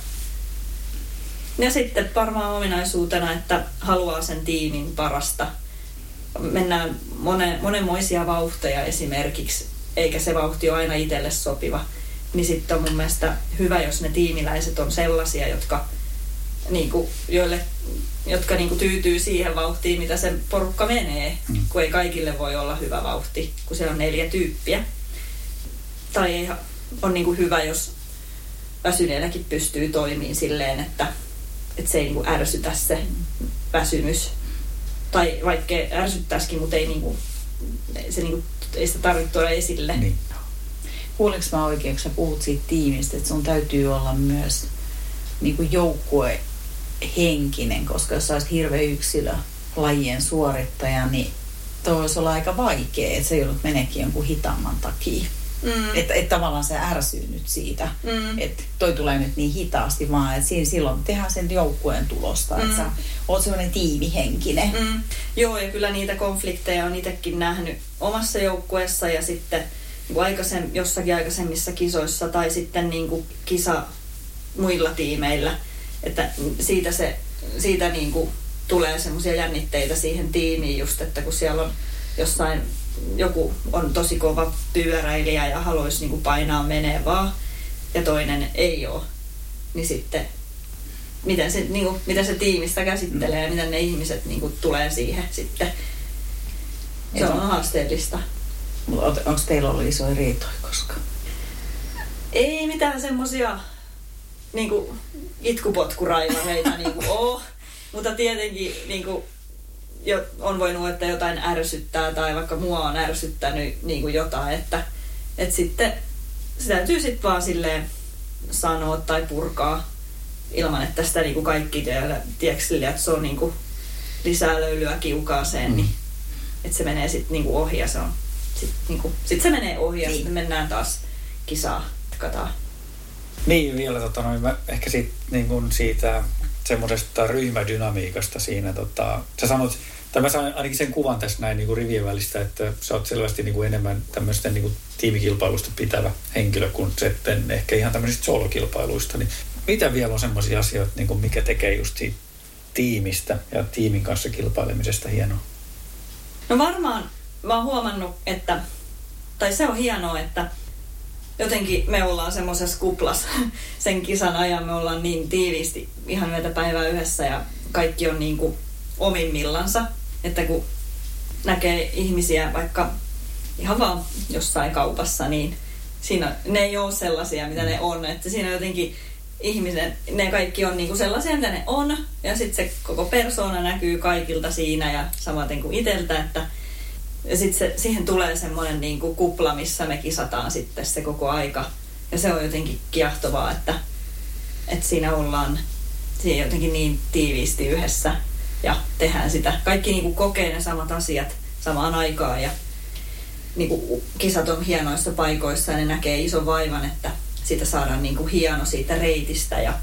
Ja sitten varmaan ominaisuutena, että haluaa sen tiimin parasta. Mennään monen, monenmoisia vauhteja esimerkiksi, eikä se vauhti ole aina itselle sopiva. Niin sitten on mun mielestä hyvä, jos ne tiimiläiset on sellaisia, jotka, niinku, joille, jotka niinku tyytyy siihen vauhtiin, mitä se porukka menee. Mm. Kun ei kaikille voi olla hyvä vauhti, kun siellä on neljä tyyppiä. Tai ei, on niinku hyvä, jos väsyneelläkin pystyy toimimaan silleen, että, että se ei niinku ärsytä se väsymys. Tai vaikka ärsyttäisikin, mutta ei, niinku, se niinku, ei sitä tarvitse tuoda esille. Niin. Kuulinko mä oikein, kun sä puhut siitä tiimistä, että sun täytyy olla myös niinku joukkuehenkinen, koska jos sä olisit hirveä yksilö lajien suorittaja, niin toi olisi olla aika vaikea, että se joudut meneekin jonkun hitaamman takia. Mm. Että et tavallaan se ärsyy nyt siitä, mm. että toi tulee nyt niin hitaasti vaan, että siinä silloin tehdään sen joukkueen tulosta, mm. että sä oot semmoinen tiimihenkinen. Mm. Joo, ja kyllä niitä konflikteja on itsekin nähnyt omassa joukkueessa ja sitten niin aikaisem, jossakin aikaisemmissa kisoissa tai sitten niin kuin kisa muilla tiimeillä, että siitä, se, siitä niin kuin tulee semmoisia jännitteitä siihen tiimiin just, että kun siellä on jossain joku on tosi kova pyöräilijä ja haluaisi niinku painaa menee vaan ja toinen ei ole, niin sitten miten se, niinku, mitä se tiimistä käsittelee ja miten ne ihmiset niinku tulee siihen sitten. Se on haasteellista. Mutta onko teillä ollut isoja riitoja koskaan? Ei mitään semmosia niinku itkupotkuraivareita niinku oo, mutta tietenkin niinku jo, on voinut, että jotain ärsyttää tai vaikka mua on ärsyttänyt niin kuin jotain, että, että sitten se täytyy sitten vaan silleen sanoa tai purkaa ilman, että sitä niin kuin kaikki tiedä, tiedätkö, että se on niin kuin lisää löylyä kiukaaseen, mm. niin että se menee sitten niin kuin ohi ja se on sitten niin kuin, sit se menee ohi ja sitten mennään taas kisaa, kataa. Niin, vielä tota, noin, mä ehkä siitä, niin kuin siitä semmoisesta ryhmädynamiikasta siinä. Tota, sä sanot, tai mä sain ainakin sen kuvan tässä näin niin kuin rivien välistä, että sä oot selvästi niin kuin enemmän tämmöisten niin kuin tiimikilpailusta pitävä henkilö kuin sitten ehkä ihan tämmöisistä soolokilpailuista. Niin mitä vielä on semmoisia asioita, niin kuin mikä tekee just siitä tiimistä ja tiimin kanssa kilpailemisesta hienoa? No varmaan mä oon huomannut, että, tai se on hienoa, että jotenkin me ollaan semmoisessa kuplassa sen kisan ajan, me ollaan niin tiiviisti ihan yötä päivää yhdessä ja kaikki on niin kuin omimmillansa, että kun näkee ihmisiä vaikka ihan vaan jossain kaupassa, niin siinä ne ei ole sellaisia, mitä ne on, että siinä jotenkin ihmisen, ne kaikki on niinku sellaisia, mitä ne on, ja sitten se koko persoona näkyy kaikilta siinä ja samaten kuin itseltä, että ja sitten siihen tulee semmoinen niinku kupla, missä me kisataan sitten se koko aika, ja se on jotenkin kiehtovaa, että, että siinä ollaan siinä jotenkin niin tiiviisti yhdessä ja tehdään sitä. Kaikki niinku kokee ne samat asiat samaan aikaan ja niinku kisat on hienoissa paikoissa ja ne näkee ison vaivan, että siitä saadaan niinku hieno siitä reitistä ja,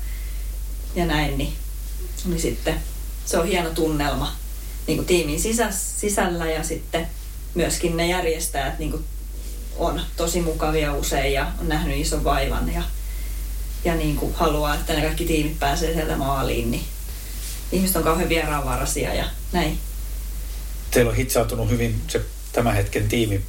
ja näin, niin, niin sitten se on hieno tunnelma niinku tiimin sisäs, sisällä ja sitten myöskin ne järjestäjät niinku on tosi mukavia usein ja on nähnyt ison vaivan ja, ja niinku haluaa, että ne kaikki tiimit pääsee sieltä maaliin, niin ihmiset on kauhean vieraanvaraisia ja näin. Teillä on hitsautunut hyvin se tämän hetken tiimi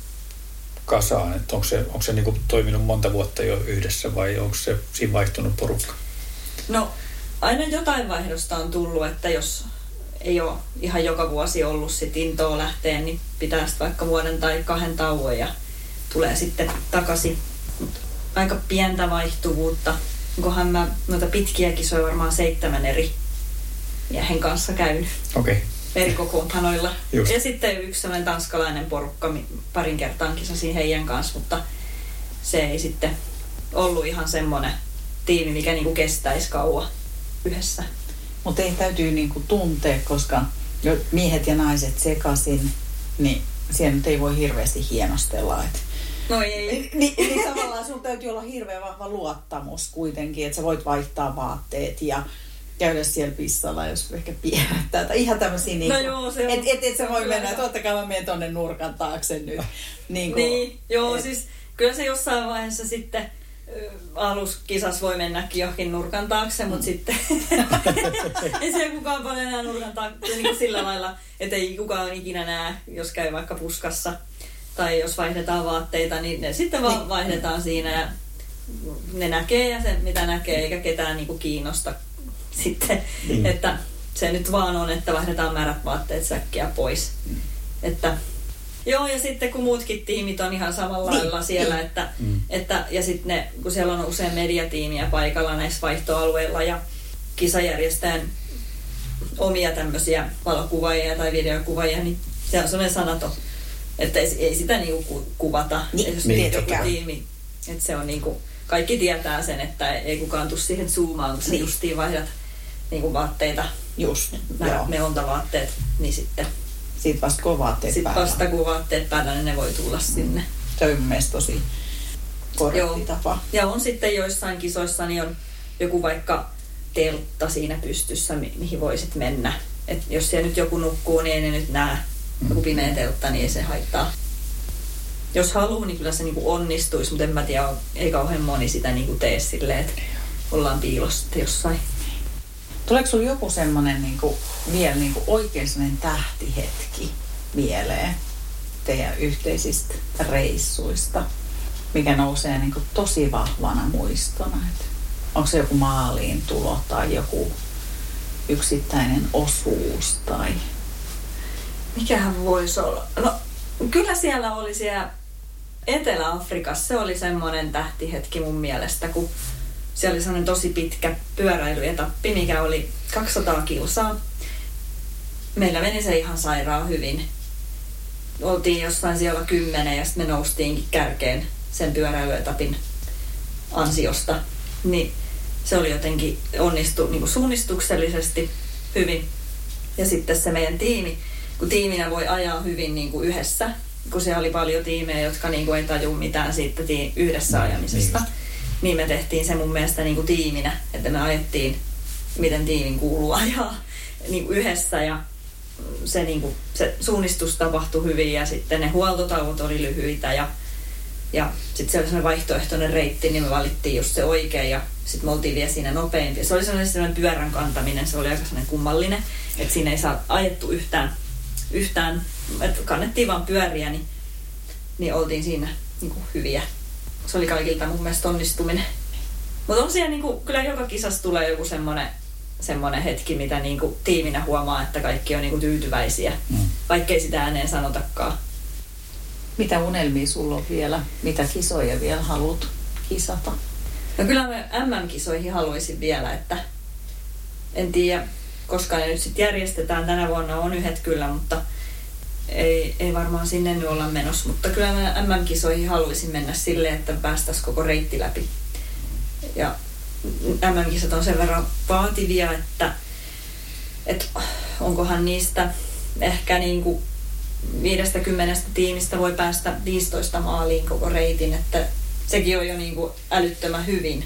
kasaan, että onko se, onko se niin kuin toiminut monta vuotta jo yhdessä vai onko se siinä vaihtunut porukka? No aina jotain vaihdosta on tullut, että jos ei ole ihan joka vuosi ollut sit intoa lähteen, niin pitää sitten vaikka vuoden tai kahden tauon ja tulee sitten takaisin. Mut aika pientä vaihtuvuutta. Onkohan mä noita pitkiä kisoja varmaan seitsemän eri miehen kanssa käynyt. Okei. Okay. Eri kokoonpanoilla. Just. Ja sitten yksi sellainen tanskalainen porukka, parin kertaan kisasin heidän kanssa, mutta se ei sitten ollut ihan semmoinen tiimi, mikä niinku kestäisi kauan yhdessä. Mutta ei täytyy niinku tuntea, koska miehet ja naiset sekaisin, niin siellä nyt ei voi hirveästi hienostella. Et. No ei. Ni, niin tavallaan sun täytyy olla hirveän vahva luottamus kuitenkin, että sä voit vaihtaa vaatteet ja käydä siellä pissalla, jos ehkä pienentää. Tai ihan tämmöisiä niin kuin, no että et, et sä voi mennä, että ottakaa mä menen tonne nurkan taakse nyt. Niin, kuin, niin joo, et, siis kyllä se jossain vaiheessa sitten aluskisas voi mennäkin johonkin nurkan taakse, mutta mm. sitten ei siellä kukaan paljon enää nurkan taakse niin sillä lailla, että ei kukaan ikinä näe, jos käy vaikka puskassa tai jos vaihdetaan vaatteita, niin ne sitten vaan niin. vaihdetaan siinä ja ne näkee ja se mitä näkee eikä ketään niin kuin kiinnosta sitten, mm. että se nyt vaan on, että vaihdetaan märät vaatteet säkkiä pois. Mm. Että joo, ja sitten kun muutkin tiimit on ihan samalla niin. lailla siellä, että, mm. että ja sitten ne, kun siellä on usein mediatiimiä paikalla näissä vaihtoalueilla ja kisajärjestäjän omia tämmöisiä valokuvaajia tai videokuvaajia, niin se on sellainen sanaton, että ei, ei sitä niinku kuvata, niin. jos niin, joku tiimi, että se on niinku, kaikki tietää sen, että ei kukaan tule siihen zoomaan, kun sä niin. justiin vaihdat niinku vaatteita, just, märät meontavaatteet, niin sitten siitä vasta kun vaatteet Sitten päällä. vasta kun vaatteet päällä, niin ne voi tulla sinne. Se on mielestäni tosi korrekti tapa. Ja on sitten joissain kisoissa, niin on joku vaikka teltta siinä pystyssä, mi- mihin voisit mennä. Et jos siellä nyt joku nukkuu, niin ei ne nyt näe. Joku pimeä teltta, niin ei se haittaa. Jos haluaa, niin kyllä se niinku onnistuisi, mutta en mä tiedä, ei kauhean moni sitä niinku tee silleen, että ollaan piilossa jossain. Tuleeko sinulla joku semmoinen niinku, vielä niinku oikein semmoinen tähtihetki mieleen teidän yhteisistä reissuista, mikä nousee niinku tosi vahvana muistona? Et onko se joku maaliin tulo tai joku yksittäinen osuus? Tai mikähän voisi olla? No kyllä siellä oli siellä Etelä-Afrikassa, se oli semmoinen tähtihetki mun mielestä, kun siellä oli sellainen tosi pitkä pyöräilyetappi, mikä oli kaksisataa kilsaa. Meillä meni se ihan sairaan hyvin. Oltiin jossain siellä kymmenen ja sitten me noustiinkin kärkeen sen pyöräilyetapin ansiosta. Niin se oli jotenkin onnistu niin kuin suunnistuksellisesti hyvin. Ja sitten se meidän tiimi, kun tiiminä voi ajaa hyvin niin kuin yhdessä, kun siellä oli paljon tiimejä, jotka niin kuin ei tajua mitään siitä tii- yhdessä ajamisesta. niin me tehtiin se mun mielestä niin kuin tiiminä, että me ajettiin, miten tiimin kuuluu ajaa niin kuin yhdessä ja se, niin kuin, se suunnistus tapahtui hyvin ja sitten ne huoltotauot oli lyhyitä ja, ja sitten se oli sellainen vaihtoehtoinen reitti, niin me valittiin just se oikein ja sitten me oltiin vielä siinä nopeampi. Se oli sellainen, sellainen pyörän kantaminen, se oli aika sellainen kummallinen, että siinä ei saa ajettu yhtään, yhtään että kannettiin vaan pyöriä, niin, niin oltiin siinä niin kuin hyviä. Se oli kaikilta mun mielestä onnistuminen. Mutta on siellä niin kuin, kyllä joka kisassa tulee joku semmoinen semmoinen hetki, mitä niin kuin tiiminä huomaa, että kaikki on niin kuin tyytyväisiä, mm. vaikkei sitä ääneen sanotakaan. Mitä unelmia sulla on vielä? Mitä kisoja vielä haluat kisata? No kyllä mä M M-kisoihin haluaisin vielä, että en tiedä, koska ne nyt sitten järjestetään. Tänä vuonna on yhdet kyllä, mutta ei, ei varmaan sinne nyt olla menossa. Mutta kyllä mä M M-kisoihin haluaisin mennä silleen, että päästäisiin koko reitti läpi. Ja M M-kisat on sen verran vaativia, että, että onkohan niistä ehkä niin kuin viidestäkymmenestä tiimistä voi päästä viisitoista maaliin koko reitin, että sekin on jo niin kuin älyttömän hyvin.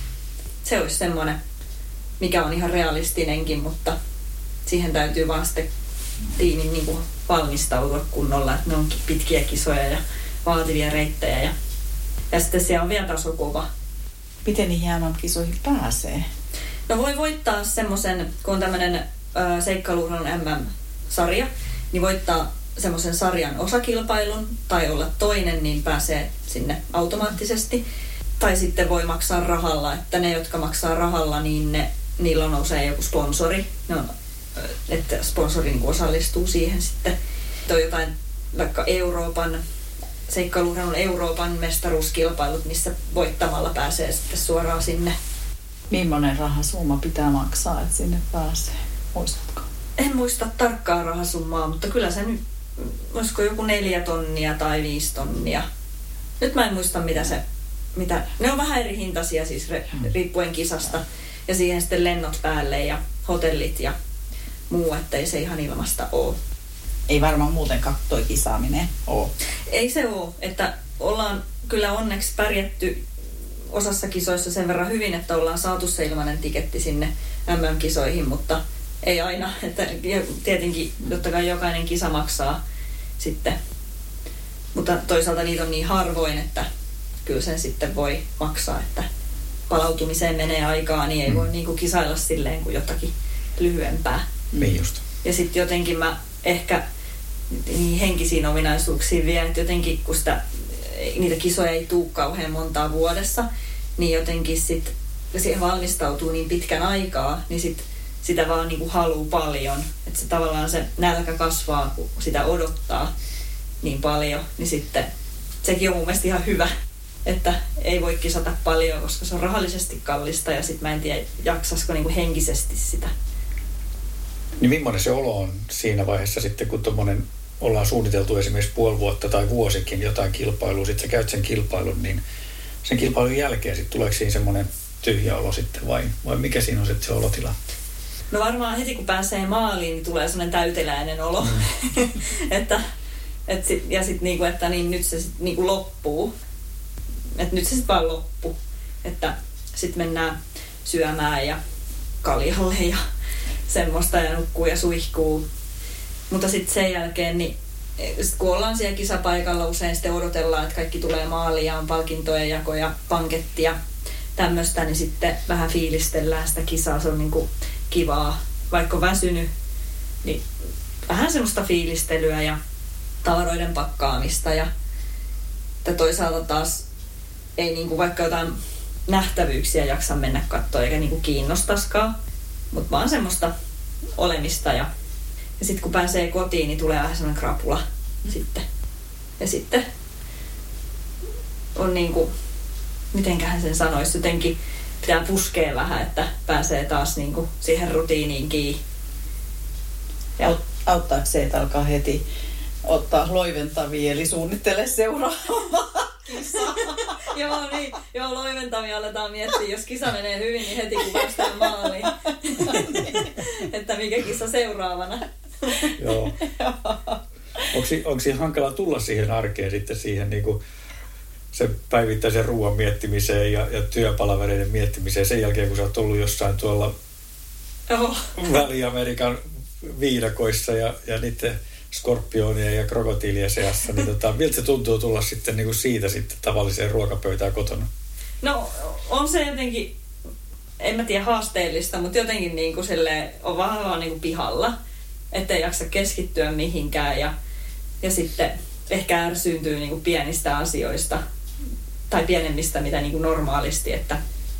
Se olisi semmoinen, mikä on ihan realistinenkin, mutta siihen täytyy vaan sitten tiimin niin kuin valmistautua kunnolla, että ne on pitkiä kisoja ja vaativia reittejä ja, ja sitten siellä on vielä taso kova. Miten niihin M M-kisoihin pääsee? No voi voittaa semmoisen, kun on tämmöinen seikkailuurheilun M M-sarja, niin voittaa semmoisen sarjan osakilpailun tai olla toinen, niin pääsee sinne automaattisesti. Tai sitten voi maksaa rahalla, että ne, jotka maksaa rahalla, niin ne, niillä on usein joku sponsori. No, että sponsori niin osallistuu siihen sitten. On jotain vaikka Euroopan, seikkailuurheilun Euroopan mestaruuskilpailut, missä voittamalla pääsee sitten suoraan sinne. Millainen rahasumma pitää maksaa, että sinne pääsee? Muistatko? En muista tarkkaa rahasummaa, mutta kyllä se nyt, olisiko joku neljä tonnia tai viisi tonnia. Nyt mä en muista, mitä se, mitä, ne on vähän eri hintaisia siis riippuen kisasta. Ja siihen sitten lennot päälle ja hotellit ja muu, ettei se ihan ilmasta ole. Ei varmaan muutenkaan toi kisaaminen ole. Ei se ole, että ollaan kyllä onneksi pärjätty osassa kisoissa sen verran hyvin, että ollaan saatu se ilmainen tiketti sinne M M-kisoihin, mutta ei aina. Että tietenkin totta kai jokainen kisa maksaa sitten, mutta toisaalta niitä on niin harvoin, että kyllä sen sitten voi maksaa, että palautumiseen menee aikaa, niin ei voi mm. niinku kisailla silleen kuin jotakin lyhyempää. Niin just. Ja sitten jotenkin mä ehkä niin henkisiin ominaisuuksiin vielä, että jotenkin kun sitä, niitä kisoja ei tule kauhean montaa vuodessa, niin jotenkin sit, ja siihen valmistautuu niin pitkän aikaa, niin sit, sitä vaan niinku haluu paljon. Että se tavallaan se nälkä kasvaa, kun sitä odottaa niin paljon, niin sitten sekin on mun mielestä ihan hyvä, että ei voi kisata paljon, koska se on rahallisesti kallista ja sitten mä en tiedä, jaksaisiko niinku henkisesti sitä. Niin millainen se olo on siinä vaiheessa sitten, kun tommonen ollaan suunniteltu esimerkiksi puoli vuotta tai vuosikin jotain kilpailua, sitten sä käyt sen kilpailun, niin sen kilpailun jälkeen sitten tuleeko siinä semmoinen tyhjä olo sitten vai, vai mikä siinä on sitten se olotila? No varmaan heti kun pääsee maaliin, niin tulee semmoinen täyteläinen olo. Mm. että, et sit, ja sitten niinku, että niin nyt se sitten niinku loppuu. Että nyt se sitten vaan loppuu. Että sitten mennään syömään ja kaljalle ja semmoista ja nukkuu ja suihkuu. Mutta sitten sen jälkeen, niin sit kun ollaan siellä kisapaikalla, usein sitten odotellaan, että kaikki tulee maaliin ja on palkintojen jako ja panketti ja tämmöistä, niin sitten vähän fiilistellään sitä kisaa. Se on niinku kivaa, vaikka on väsynyt, niin vähän semmoista fiilistelyä ja tavaroiden pakkaamista. Ja että toisaalta taas ei niinku vaikka jotain nähtävyyksiä jaksa mennä katsoa eikä niinku kiinnostaskaan, mutta vaan semmoista olemista ja Ja sitten kun pääsee kotiin, niin tulee vähän sellainen krapula sitten. Ja sitten on niinku, mitenköhän sen sanoisi, jotenkin pitää puskea vähän, että pääsee taas niinku siihen rutiiniin kiinni. Ja auttaako se, että alkaa heti ottaa loiventavia, eli suunnittele seuraavaa kisaa? Joo, niin. Joo, loiventavia aletaan miettiä. Jos kisa menee hyvin, niin heti kun päästään maaliin. Että mikä kisa seuraavana. Joo. Onko, onko siinä hankala tulla siihen arkeen sitten siihen niin kuin se päivittäisen ruoan miettimiseen ja, ja työpalavereiden miettimiseen sen jälkeen, kun sä oot ollut jossain tuolla Oho. Väli-Amerikan viidakoissa ja, ja niiden skorpionien ja krokotiilien seassa, niin tota, miltä se tuntuu tulla sitten niin kuin siitä sitten tavalliseen ruokapöytään kotona? No on se jotenkin, en mä tiedä haasteellista, mutta jotenkin niin kuin silleen, on vähän vaan niin kuin pihalla, ettei jaksa keskittyä mihinkään ja, ja sitten ehkä ärsyyntyy niin kuin pienistä asioista tai pienemmistä mitä niin kuin normaalisti, että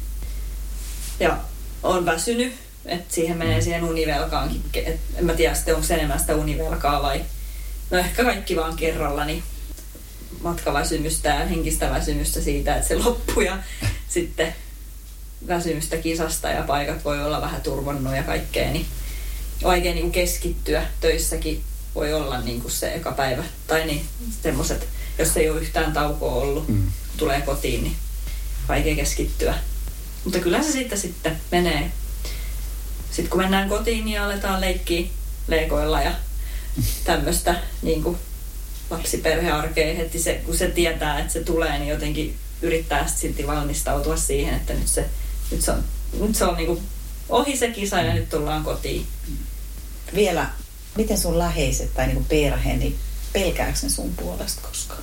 ja on väsynyt, että siihen menee siihen univelkaankin, et en mä tiedä sitten onko se enemmän sitä univelkaa vai no ehkä kaikki vaan kerralla, niin matkaväsymystä ja henkistä väsymystä siitä, että se loppuu ja sitten väsymystä kisasta ja paikat voi olla vähän turvonnut ja kaikkea, niin vaikea niin keskittyä töissäkin voi olla niin kuin se eka päivä. Tai niin semmoiset, jos ei ole yhtään taukoa ollut, mm. kun tulee kotiin, niin vaikea keskittyä. Mutta kyllä se sitten, sitten menee. Sitten kun mennään kotiin, niin aletaan leikkiä leikoilla ja tämmöistä niin kuin lapsiperhearkea heti se, kun se tietää, että se tulee, niin jotenkin yrittää silti valmistautua siihen, että nyt se, nyt se on, nyt se on niin kuin ohi se kisa ja nyt tullaan kotiin. Vielä, miten sun läheiset tai niin perhe, niin pelkääkö ne sun puolesta koskaan?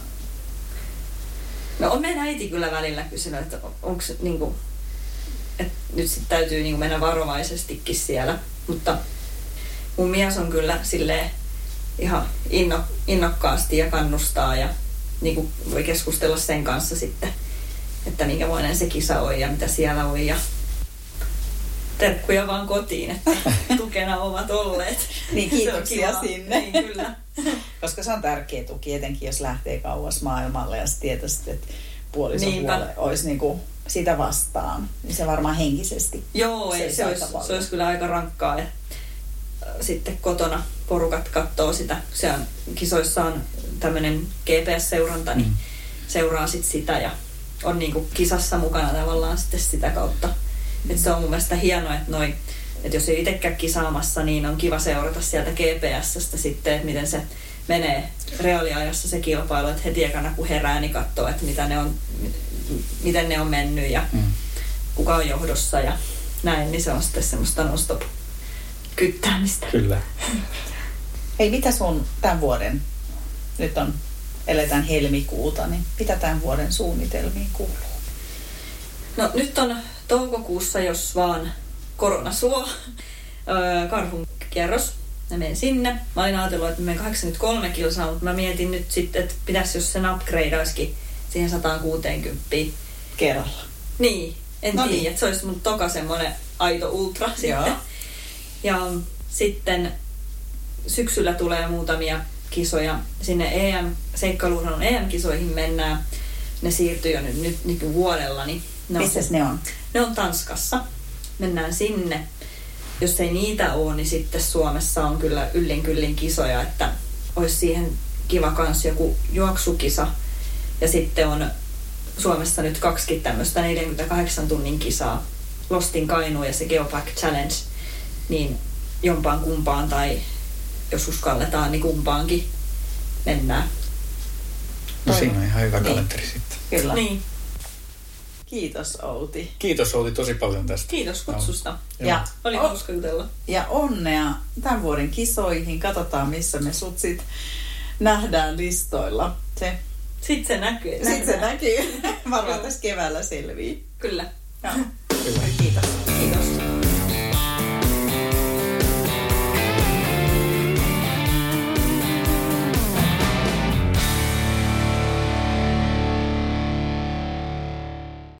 No on meidän äiti kyllä välillä kysynyt, että onko niin kuin, että nyt sitten täytyy niin kuin mennä varovaisestikin siellä, mutta mun mies on kyllä silleen ihan inno, innokkaasti ja kannustaa ja niin kuin voi keskustella sen kanssa sitten, että minkälainen se kisa on ja mitä siellä on ja terkkuja vaan kotiin, että tukena ovat olleet. Niin kiitoksia sinne. Niin kyllä. Koska se on tärkeä tuki, etenkin jos lähtee kauas maailmalle ja sitten tietysti, että puolison puolelle olisi niin kuin sitä vastaan. Niin se varmaan henkisesti. Joo, se, ei, se, olisi, se olisi kyllä aika rankkaa. Ja sitten kotona porukat katsoo sitä. Se on, kisoissa on tämmöinen G P S-seuranta, niin mm. seuraa sit sitä ja on niinku kisassa mukana tavallaan sitten sitä kautta. Mm. Et se on mun mielestä hienoa, että noi, et jos ei itsekään kisaamassa, niin on kiva seurata sieltä G P S:stä sitten, että miten se menee reaaliajassa se kilpailu, että heti ekana kun herää, niin katsoo, että mitä ne on, miten ne on mennyt ja mm. kuka on johdossa ja näin, niin se on sitten semmoista non-stop kyttäämistä. Kyllä. Hei, mitä sun tämän vuoden, nyt on, eletään helmikuuta, niin mitä tämän vuoden suunnitelmiin kuuluu? No nyt on toukokuussa, jos vaan korona suo, karhun kierros. Mä menen sinne. Mä olin ajatellut, että mä menen kahdeksankymmentäkolme kilsaa, mutta mä mietin nyt sitten, että pitäisi jos sen upgradeaisikin siihen sata kuusikymmentä kerralla. Niin, en no tiedä, niin. Että se olisi mun toka semmoinen aito ultra sitten. Joo. Ja sitten syksyllä tulee muutamia kisoja. Sinne E M-seikkailuurheilun E M-kisoihin mennään. Ne siirtyy jo nyt, nyt niin vuodella. Niin ne Missä ne on? Ne on Tanskassa. Mennään sinne. Jos ei niitä ole, niin sitten Suomessa on kyllä yllin kyllin kisoja, että olisi siihen kiva kans joku juoksukisa. Ja sitten on Suomessa nyt kaksikin tämmöistä neljänkymmenenkahdeksan tunnin kisaa. Lostin Kainuu ja se Geopark Challenge. Niin jompaan kumpaan tai jos uskalletaan, niin kumpaankin mennään. No siinä on ihan hyvä niin. Kalenteri sitten. Kyllä. Niin. Kiitos Outi. Kiitos Outi tosi paljon tästä. Kiitos kutsusta. No. Ja oli hauska jutella. Ja onnea tämän vuoden kisoihin. Katsotaan missä me sut sit nähdään listoilla. Se. Sitten se näkyy. Sitten se näkyy. Varmaan tässä keväällä selvii. Kyllä. Joo. Kyllä. Kiitos. Kiitos.